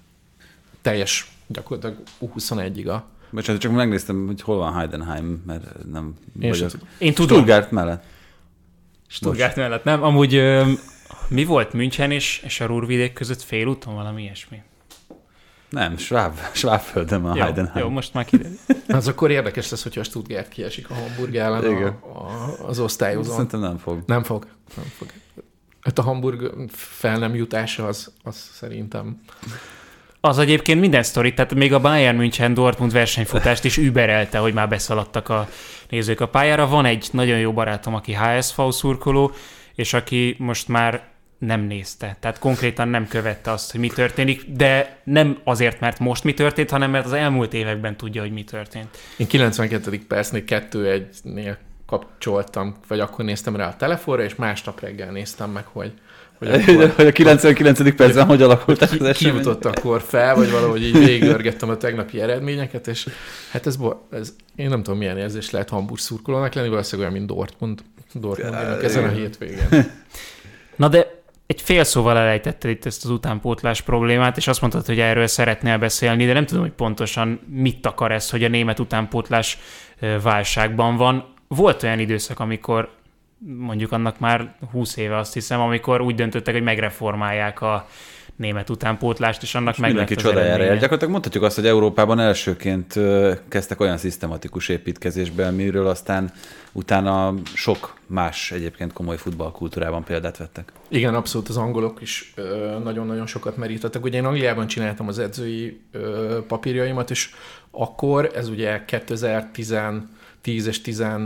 teljes gyakorlatilag U21-ig Bocsánat, csak megnéztem, hogy hol van Heidenheim, mert nem vagyok. Én tudom. Stuttgart mellett. Stuttgart mellett, nem? Amúgy mi volt München és a Ruhrvidék között félúton, valami ilyesmi? Nem, Schwabföldön van Heidenheim. Jó, most már kiderül. Az akkor érdekes lesz, hogyha a Stuttgart kiesik a Hamburg ellen az osztályozón. Szerintem nem fog. Nem fog. Hát a Hamburg fel nem jutása az szerintem... Az egyébként minden sztori, tehát még a Bayern München Dortmund versenyfutást is überelte, hogy már beszaladtak a nézők a pályára. Van egy nagyon jó barátom, aki HSV szurkoló, és aki most már nem nézte. Tehát konkrétan nem követte azt, hogy mi történik, de nem azért, mert most mi történt, hanem mert az elmúlt években tudja, hogy mi történt. Én 92. percnél 2-1-nél kapcsoltam, vagy akkor néztem rá a telefonra, és másnap reggel néztem meg, hogy a 99. percben hogy alakultak az események. Kijutott akkor fel, vagy valahogy így végigörgettem a tegnapi eredményeket, és hát ez én nem tudom, milyen érzés lehet Hamburg szurkolónak lenni, valószínűleg olyan, mint Dortmundnak ezen a hétvégén. Na de egy fél szóval elejtetted itt ezt az utánpótlás problémát, és azt mondtad, hogy erről szeretnél beszélni, de nem tudom, hogy pontosan mit akar ez, hogy a német utánpótlás válságban van. Volt olyan időszak, amikor mondjuk annak már 20 éve azt hiszem, amikor úgy döntöttek, hogy megreformálják a német utánpótlást, és annak meg lett az eredménye. Gyakorlatilag mondhatjuk azt, hogy Európában elsőként kezdtek olyan szisztematikus építkezésbe, amiről aztán utána sok más egyébként komoly futballkultúrában példát vettek. Igen, abszolút az angolok is nagyon-nagyon sokat merítettek. Ugye én Angliában csináltam az edzői papírjaimat, és akkor, ez ugye 2010 és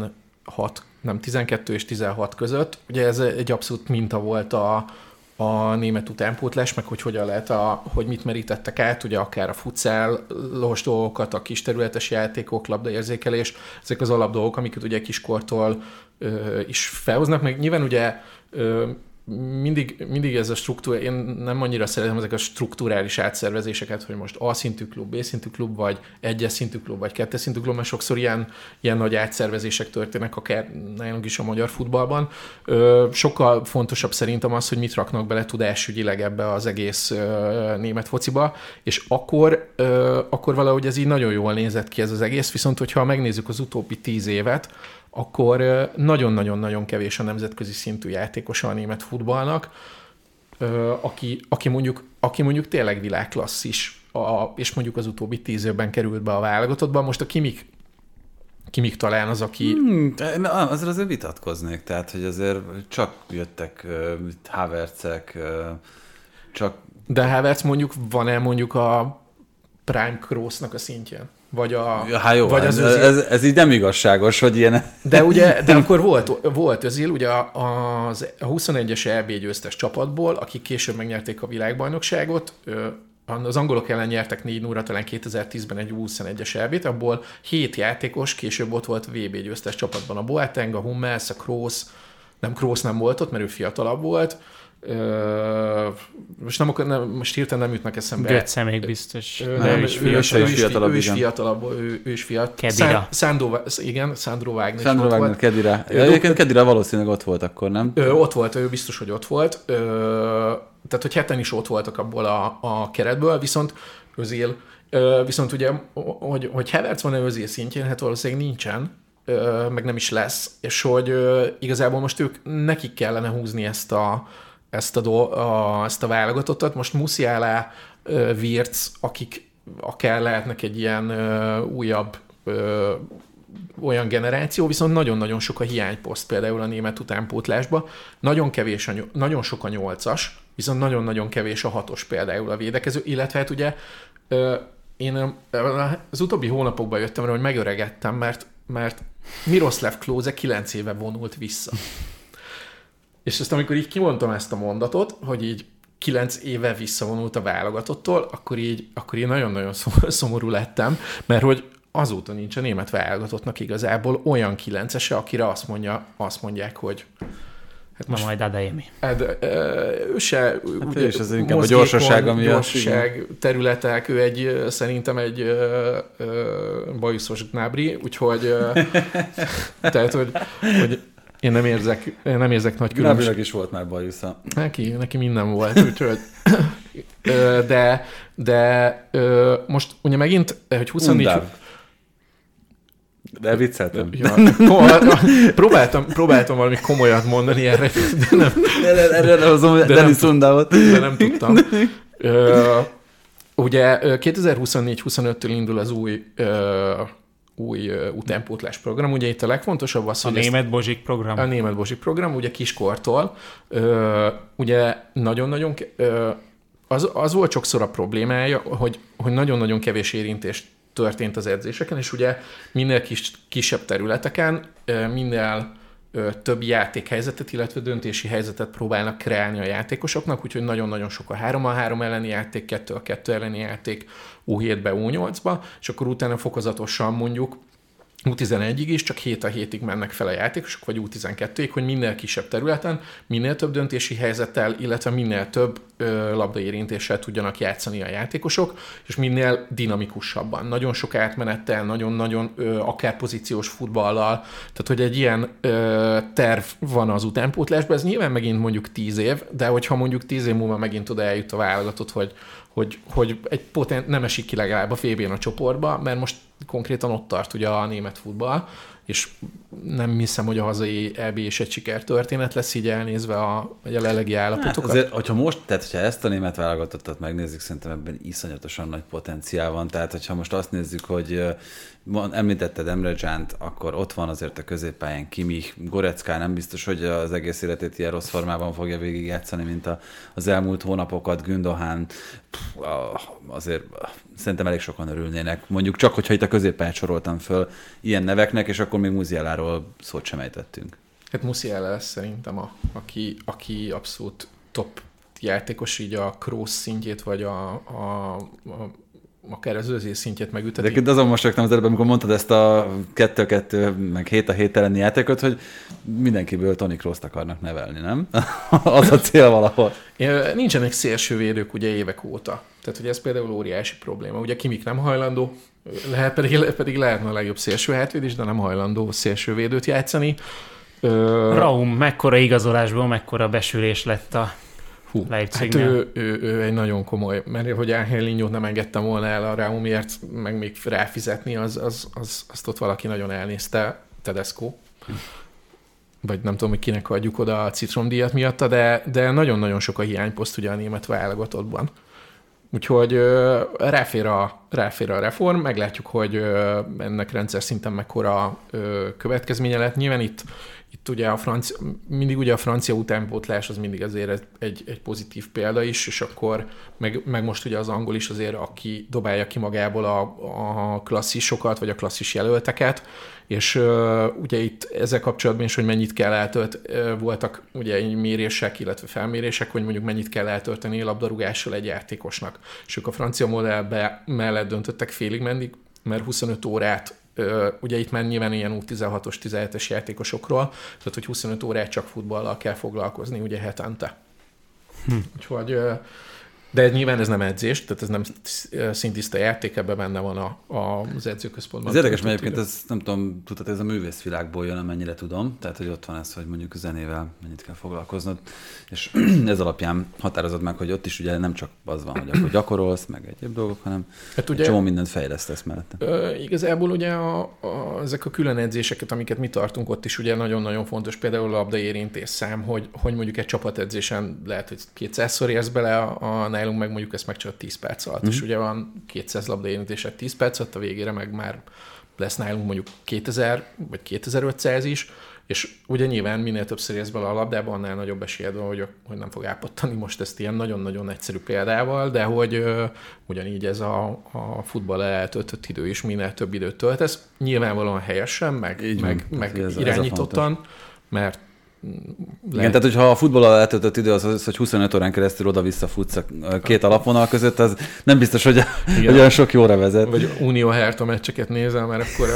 12 és 16 között, ugye ez egy abszolút minta volt a német utánpótlás, meg hogy hogyan lehet, hogy mit merítettek át, ugye akár a futszálos dolgokat, a kis területes játékok, labdaérzékelés, ezek az alapdolgok, amiket ugye kiskortól is felhoznak, meg nyilván ugye mindig ez a struktúra, én nem annyira szeretem ezek a strukturális átszervezéseket, hogy most A szintű klub, B szintű klub, vagy 1-es szintű klub, vagy 2-es szintű klub, mert sokszor ilyen nagy átszervezések történnek, akár nálunk is a magyar futballban. Sokkal fontosabb szerintem az, hogy mit raknak bele tudásügyileg ebbe az egész német fociba, és akkor valahogy ez így nagyon jól nézett ki ez az egész, viszont hogyha megnézzük az utóbbi 10 évet, akkor nagyon-nagyon-nagyon kevés a nemzetközi szintű játékosa a német futballnak, aki mondjuk tényleg világklasszis, és mondjuk az utóbbi 10 évben került be a válogatottba. Most a Kimmich Kimmich talán az, aki... Azért vitatkoznék, tehát, hogy azért csak jöttek Havertzek, csak... De Havertz van-e mondjuk a Prime Kroosnak a szintjén? Vagy jó, vagy ez így nem igazságos, hogy ilyen... De akkor volt Özil, ugye a 21-es EB győztes csapatból, akik később megnyerték a világbajnokságot, az angolok ellen nyertek 4-0-ra talán 2010-ben egy 21-es EB-t, abból 7 játékos később ott volt VB győztes csapatban. A Boateng, a Hummels, a Kroos nem volt ott, mert ő fiatalabb volt. Most hirtelen nem jutnak eszembe. Götze még biztos. Ő is fiatalabb. Kedira. Sandro Wagner. Sandro Wagner, Kedira. Egyébként Kedira valószínűleg ott volt akkor, nem? Ott volt, ő biztos, hogy ott volt. Tehát, hogy heten is ott voltak abból a keretből, viszont Özil, viszont ugye, hogy Havertz van-e Özil szintjén, hát valószínűleg nincsen, meg nem is lesz, és hogy igazából most nekik kellene húzni ezt a válogatottat. Most Musiala, Wirtz, akik akár lehetnek egy ilyen újabb olyan generáció, viszont nagyon-nagyon sok a hiányposzt például a német utánpótlásba. Nagyon sok a 8-as, viszont nagyon-nagyon kevés a 6-os például a védekező, illetve hát ugye én az utóbbi hónapokban jöttem rá, hogy megöregettem, mert Miroslav Klose 9 éve vonult vissza. És azt amikor így kimondtam ezt a mondatot, hogy így 9 éve visszavonult a válogatottól, akkor így nagyon-nagyon szomorú lettem, mert hogy azóta nincs a német válogatottnak igazából olyan 9-ese, akire azt mondják, hogy hát most majd Adeyemi. Ő se... Ő is az inkább a gyorsasága miatt. Gyorsaság területek, ő szerintem egy bajuszos Gnabry, úgyhogy tehát, hogy én nem érzek nagy különbséget. Gnabrynak is volt már bajusza. Neki minden volt, úgyhogy... De most ugye megint, hogy 24... De vicceltem. Ja, próbáltam valami komolyat mondani erre, de nem. Erre hozom Dennis Sundaut. De nem tudtam. Ugye 2024-25-től indul az új utánpótlás program. Ugye itt a legfontosabb az, hogy... A német Bozsik program. A német Bozsik program, ugye kiskortól. Ugye nagyon-nagyon... Az volt sokszor a problémája, hogy nagyon-nagyon kevés érintést történt az edzéseken, és ugye minél kisebb területeken, minél több játékhelyzetet, illetve döntési helyzetet próbálnak kreálni a játékosoknak, úgyhogy nagyon-nagyon sok a 3-3 elleni játék, 2-2 elleni játék U7-be, U8-ba, és akkor utána fokozatosan mondjuk U11-ig is, csak 7 a 7-ig mennek fel a játékosok, vagy U12-ig, hogy minél kisebb területen, minél több döntési helyzettel, illetve minél több labdaérintéssel tudjanak játszani a játékosok, és minél dinamikusabban. Nagyon sok átmenettel, nagyon-nagyon akár pozíciós futballal, tehát hogy egy ilyen terv van az utánpótlásban, ez nyilván megint mondjuk 10 év, de hogyha mondjuk 10 év múlva megint oda eljut a válogatott, hogy egy nem esik ki legalább a VB-n a csoportba, mert most konkrétan ott tart ugye a német futball, és nem hiszem, hogy a hazai EB is egy sikertörténet lesz, így elnézve a jelenlegi állapotokat. Hát azért, hogyha ezt a német válogatottat megnézzük, szerintem ebben iszonyatosan nagy potenciál van. Tehát, hogyha most azt nézzük, hogy említetted Emre Cant, akkor ott van azért a középpályán Kimmich, Goretzka, nem biztos, hogy az egész életét ilyen rossz formában fogja végigjátszani, mint az elmúlt hónapokat, Gündogan, azért szerintem elég sokan örülnének. Mondjuk csak, hogyha itt a középpályát soroltam föl ilyen neveknek, és akkor még Musialáról szót sem ejtettünk. Hát Musiala lesz szerintem, aki abszolút top játékos, így a Kroos szintjét, vagy akár az Özil szintjét megüteti. De azon mosolyogtam az előbb, amikor mondtad ezt a 2-2, meg 7-7 elleni játékot, hogy mindenkiből Toni Krooszt akarnak nevelni, nem? Az a cél valahol. Nincsenek szélsővédők ugye évek óta. Tehát, hogy ez például óriási probléma. Ugye Kimmich nem hajlandó, pedig lehetne a legjobb szélső hátvéd is, de nem hajlandó szélsővédőt játszani. Raum, mekkora igazolásból, mekkora besülés lett a Leipzignél. Hát ő egy nagyon komoly, mert hogy Angelinho nem engedtem volna el a Raumért, meg még ráfizetni, azt ott valaki nagyon elnézte, Tedesco. Vagy nem tudom, hogy kinek adjuk oda a citromdíjat miatta, de nagyon-nagyon sok a hiányposzt ugye a német válogatottban. Úgyhogy ráfér a reform, meglátjuk, hogy ennek rendszer szinten mekkora következménye lett. Nyilván itt ugye mindig ugye a francia utánpótlás az mindig azért egy pozitív példa is, és akkor meg most ugye az angol is azért, aki dobálja ki magából a klasszisokat, vagy a klasszis jelölteket, és ugye itt ezzel kapcsolatban is, hogy mennyit kell voltak ugye mérések, illetve felmérések, hogy mondjuk mennyit kell eltölteni labdarúgással egy játékosnak. És ők a francia modellbe mellett döntöttek félig menni, mert 25 órát ugye itt már nyilván ilyen U16-os, 17-es játékosokról, tehát hogy 25 órát csak futballal kell foglalkozni ugye hetente. Úgyhogy, de nyilván ez nem edzés, tehát ez nem szintiszta játék, ebben benne van az edzőközpontban. Ez érdekes, mert egyébként ez, nem tudom, tudod, ez a művészvilágból jön, amennyire tudom, tehát hogy ott van ez, hogy mondjuk zenével mennyit kell foglalkoznod, és ez alapján határozod meg, hogy ott is ugye nem csak az van, hogy akkor gyakorolsz, meg egyéb dolgok, hanem hát ugye, egy csomó mindent fejlesztesz mellette. Igazából ugye ezek a külön edzéseket, amiket mi tartunk, ott is ugye nagyon-nagyon fontos, például a labdaérintés szám, hogy mondjuk egy csapatedzésen lehet, hogy 200-szor érsz bele nálunk meg mondjuk ezt meg csak 10 perc alatt. És ugye van 200 labdaérintések 10 perc alatt, a végére meg már lesz nálunk mondjuk 2000 vagy 2500 is, és ugye nyilván minél többször érsz bele a labdába, annál nagyobb esélyed van, hogy nem fog ápottani most ezt ilyen nagyon-nagyon egyszerű példával, de hogy ugyanígy ez a futball eltöltött idő is, minél több időt töltesz, nyilvánvalóan helyesen, meg irányítottan, mert igen, tehát hogyha a futballal eltöltött idő az, hogy 25 órán keresztül oda-vissza futsz a két alapvonal között, az nem biztos, hogy olyan sok jóra vezet. Vagy Unió Hertha meccseket nézel, mert akkor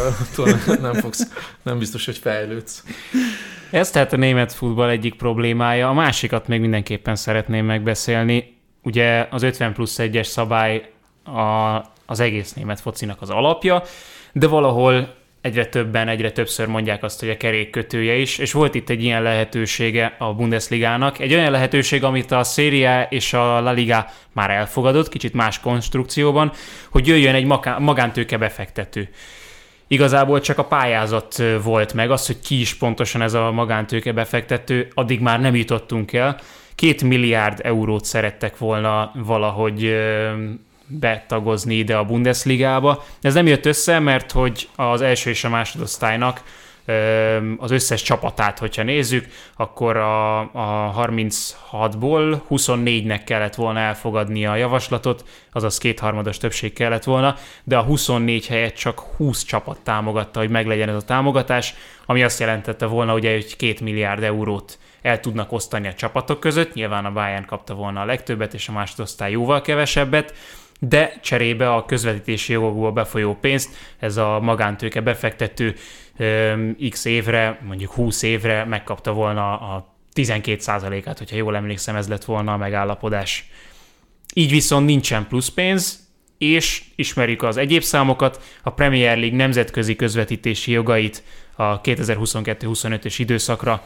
nem biztos, hogy fejlődsz. Ez tehát a német futball egyik problémája. A másikat még mindenképpen szeretném megbeszélni. Ugye az 50+1-es szabály az egész német focinak az alapja, de valahol egyre többször mondják azt, hogy a kerékkötője is, és volt itt egy ilyen lehetősége a Bundesligának, egy olyan lehetőség, amit a Serie A és a La Liga már elfogadott, kicsit más konstrukcióban, hogy jöjjön egy magántőke befektető. Igazából csak a pályázat volt meg, az, hogy ki is pontosan ez a magántőke befektető, addig már nem jutottunk el. 2 milliárd eurót szerettek volna valahogy betagozni ide a Bundesligába. Ez nem jött össze, mert hogy az első és a másodosztálynak az összes csapatát, hogyha nézzük, akkor a 36-ból 24-nek kellett volna elfogadni a javaslatot, azaz 2/3 többség kellett volna, de a 24 helyett csak 20 csapat támogatta, hogy meglegyen ez a támogatás, ami azt jelentette volna, ugye, hogy 2 milliárd eurót el tudnak osztani a csapatok között, nyilván a Bayern kapta volna a legtöbbet, és a másodosztály jóval kevesebbet, de cserébe a közvetítési jogokból befolyó pénzt ez a magántőke befektető x évre, mondjuk 20 évre megkapta volna a 12%-át, hogyha jól emlékszem, ez lett volna a megállapodás. Így viszont nincsen plusz pénz, és ismerjük az egyéb számokat, a Premier League nemzetközi közvetítési jogait a 2022-25-ös időszakra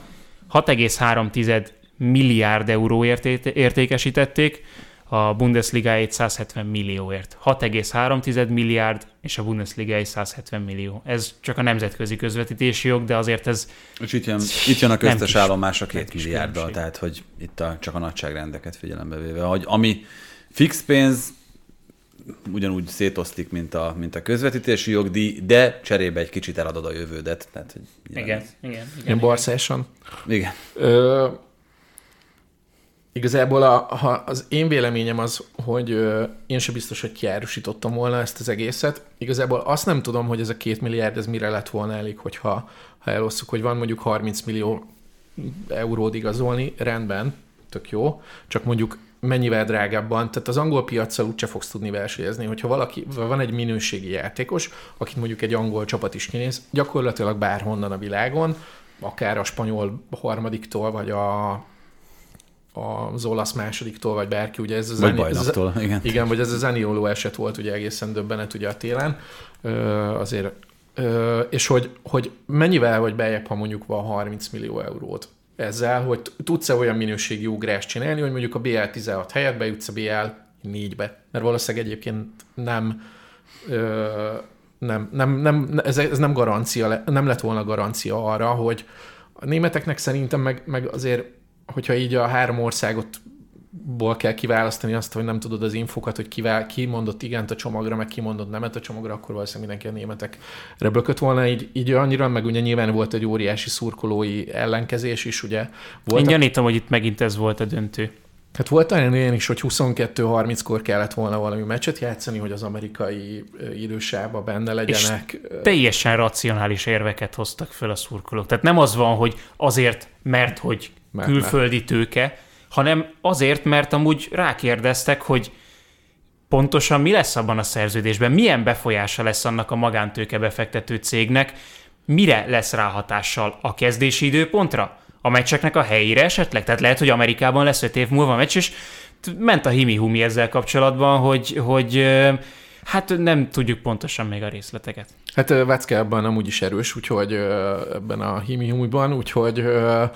6,3 milliárd euróért értékesítették, a Bundesligáit 170 millióért. 6,3 milliárd, és a Bundesligáit 170 millió. Ez csak a nemzetközi közvetítési jog, de azért ez... És itt jön a köztes állomás a 2 milliárddal, tehát hogy itt csak a nagyságrendeket figyelembe véve. Hogy ami fix pénz, ugyanúgy szétosztik, mint a közvetítési jogdíj, de cserébe egy kicsit eladod a jövődet. Tehát, hogy igen. Barszásan. Igen. Igazából az én véleményem az, hogy én sem biztos, hogy kiárusítottam volna ezt az egészet. Igazából azt nem tudom, hogy ez a 2 milliárd ez mire lett volna elég, hogyha elosszuk, hogy van mondjuk 30 millió eurót igazolni, rendben, tök jó, csak mondjuk mennyivel drágábban, tehát az angol piaccal úgyse fogsz tudni versenyezni, hogyha van egy minőségi játékos, akit mondjuk egy angol csapat is kinéz, gyakorlatilag bárhonnan a világon, akár a spanyol harmadiktól, vagy az olasz másodiktól, vagy bárki, ugye ez vagy bajnoktól, igen. Igen, vagy ez a Zanioló eset volt, ugye egészen döbbenet ugye a télen, azért, és hogy mennyivel vagy beljebb, ha mondjuk van 30 millió eurót ezzel, hogy tudsz-e olyan minőségi ugrást csinálni, hogy mondjuk a BL 16 helyett bejutsz a BL 4-be, mert valószínűleg egyébként ez nem garancia, nem lett volna garancia arra, hogy a németeknek szerintem meg azért, hogyha így a 3 országot ból kell kiválasztani azt, hogy nem tudod az infokat, hogy ki mondott igent a csomagra, meg ki mondott nemet a csomagra, akkor valószínűleg mindenki a németekre bökött volna így annyira, meg ugye nyilván volt egy óriási szurkolói ellenkezés is, ugye. Én gyanítom, hogy itt megint ez volt a döntő. Hát volt olyan is, hogy 22:30-kor kellett volna valami meccset játszani, hogy az amerikai idősávban benne legyenek. És teljesen racionális érveket hoztak föl a szurkolók. Tehát nem az van, hogy azért, mert hogy külföldi tőke, hanem azért, mert amúgy rákérdeztek, hogy pontosan mi lesz abban a szerződésben, milyen befolyása lesz annak a magántőke befektető cégnek, mire lesz ráhatással a kezdési időpontra, a meccseknek a helyére esetleg. Tehát lehet, hogy Amerikában lesz 5 év múlva meccs, és ment a himi-humi ezzel kapcsolatban, hogy hát nem tudjuk pontosan még a részleteket. Hát Vácke ebben amúgy is erős, úgyhogy ebben a himi-humiban, úgyhogy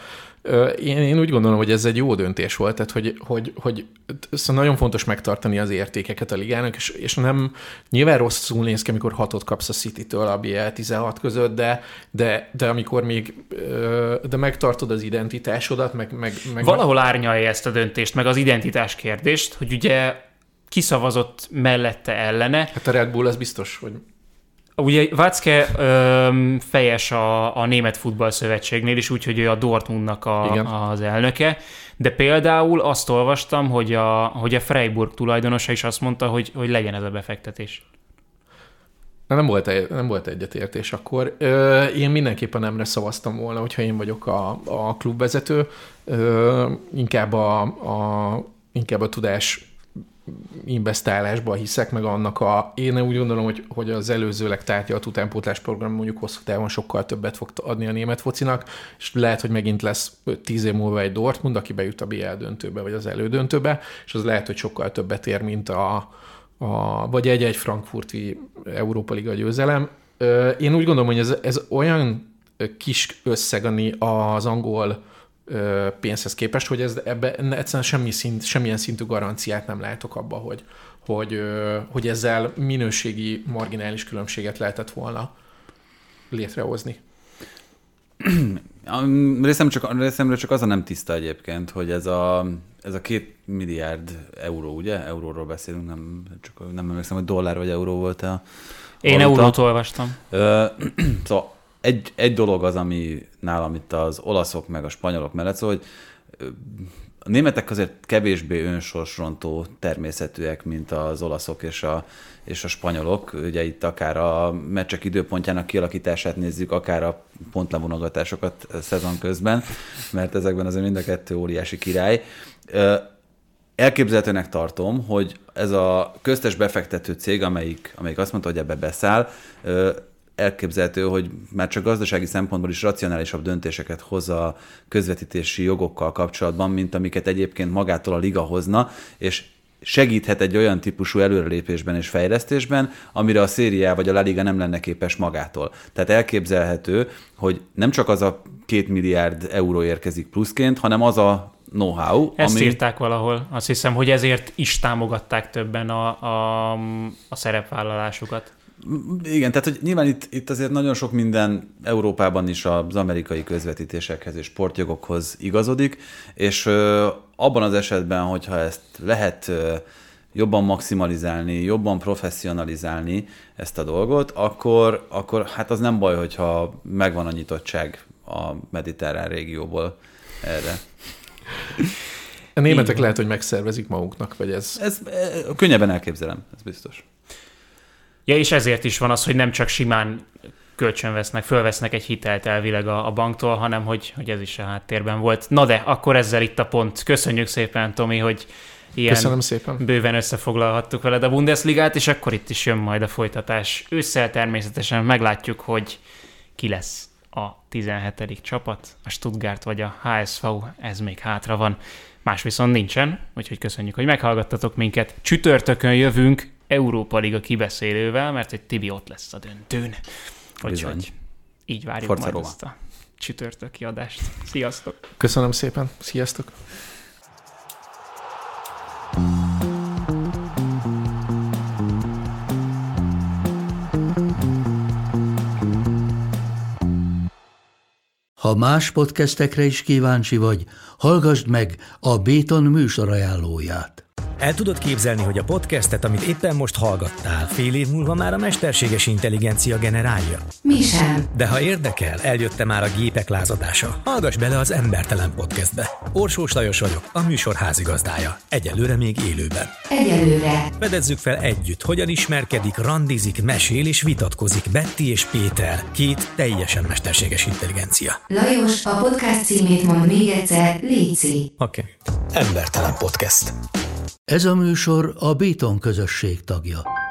én úgy gondolom, hogy ez egy jó döntés volt, tehát hogy szóval nagyon fontos megtartani az értékeket a ligának, és nem nyilván rosszul néz ki, amikor 6-ot kapsz a City-től a BL 16 között, de amikor még de megtartod az identitásodat, meg valahol árnyalja ezt a döntést, meg az identitás kérdést, hogy ugye kiszavazott mellette ellene. Hát a Red Bull az biztos, hogy... Ugye Vácke fejes a Német Futballszövetségnél is, úgyhogy ő a Dortmundnak az elnöke, de például azt olvastam, hogy a Freiburg tulajdonosa is azt mondta, hogy legyen ez a befektetés. Nem volt egyetértés akkor. Én mindenképpen nemre szavaztam volna, hogyha én vagyok a klubvezető. Inkább a tudás investálásba hiszek, meg annak én úgy gondolom, hogy az előzőleg tárgyalt utánpótlás program mondjuk hosszú távon sokkal többet fog adni a német focinak, és lehet, hogy megint lesz 10 év múlva egy Dortmund, aki bejut a BL döntőbe, vagy az elődöntőbe, és az lehet, hogy sokkal többet ér, mint vagy egy frankfurti Európa Liga győzelem. Én úgy gondolom, hogy ez olyan kis összeg az angol pénzhez képest, hogy ebben egyszerűen semmilyen szintű garanciát nem látok abba, hogy ezzel minőségi marginális különbséget lehetett volna létrehozni. Részemről csak az a nem tiszta egyébként, hogy ez a 2 milliárd euró, ugye? Euróról beszélünk, nem emlékszem, hogy dollár vagy euró volt a Én eurót olvastam. Szóval egy dolog az, ami nálam itt az olaszok meg a spanyolok mellett, szóval, hogy a németek azért kevésbé önsorsrontó természetűek, mint az olaszok és a spanyolok. Ugye itt akár a meccsek időpontjának kialakítását nézzük, akár a pontlevonogatásokat szezon közben, mert ezekben azért mind a 2 óriási király. Elképzelhetőnek tartom, hogy ez a köztes befektető cég, amelyik azt mondta, hogy ebbe beszáll, elképzelhető, hogy már csak gazdasági szempontból is racionálisabb döntéseket hoz a közvetítési jogokkal kapcsolatban, mint amiket egyébként magától a liga hozna, és segíthet egy olyan típusú előrelépésben és fejlesztésben, amire a Serie A vagy a La Liga nem lenne képes magától. Tehát elképzelhető, hogy nem csak az a 2 milliárd euró érkezik pluszként, hanem az a know-how. Ezt írták valahol. Azt hiszem, hogy ezért is támogatták többen a szerepvállalásukat. Igen, tehát hogy nyilván itt azért nagyon sok minden Európában is az amerikai közvetítésekhez és sportjogokhoz igazodik, és abban az esetben, hogyha ezt lehet jobban maximalizálni, jobban professzionalizálni ezt a dolgot, akkor hát az nem baj, hogyha megvan a nyitottság a mediterrán régióból erre. A németek lehet, hogy megszervezik maguknak, vagy ez... Ez könnyebben elképzelem, ez biztos. Ja, és ezért is van az, hogy nem csak simán fölvesznek egy hitelt elvileg a banktól, hanem hogy ez is a háttérben volt. Na de, akkor ezzel itt a pont. Köszönjük szépen, Tomi, hogy ilyen bőven összefoglalhattuk veled a Bundesligát, és akkor itt is jön majd a folytatás. Ősszel természetesen meglátjuk, hogy ki lesz a 17. csapat, a Stuttgart vagy a HSV, ez még hátra van. Más viszont nincsen, úgyhogy köszönjük, hogy meghallgattatok minket. Csütörtökön jövünk Európa Liga kibeszélővel, mert egy Tibi ott lesz a döntőn. Úgyhogy így várjuk Forza majd Roma. Ezt a csütörtöki adást. Sziasztok! Köszönöm szépen, sziasztok! Ha más podcastekre is kíváncsi vagy, hallgassd meg a Béton műsor ajánlóját. El tudod képzelni, hogy a podcastet, amit éppen most hallgattál, fél év múlva már a mesterséges intelligencia generálja? Mi sem. De ha érdekel, eljött már a gépek lázadása. Hallgass bele az Embertelen Podcastbe. Orsós Lajos vagyok, a műsor házigazdája. Egyelőre még élőben. Egyelőre. Fedezzük fel együtt, hogyan ismerkedik, randizik, mesél és vitatkozik Betty és Péter, két teljesen mesterséges intelligencia. Lajos, a podcast címét mond még egyszer, léci. Oké. Embertelen Podcast. Ez a műsor a Béton közösség tagja.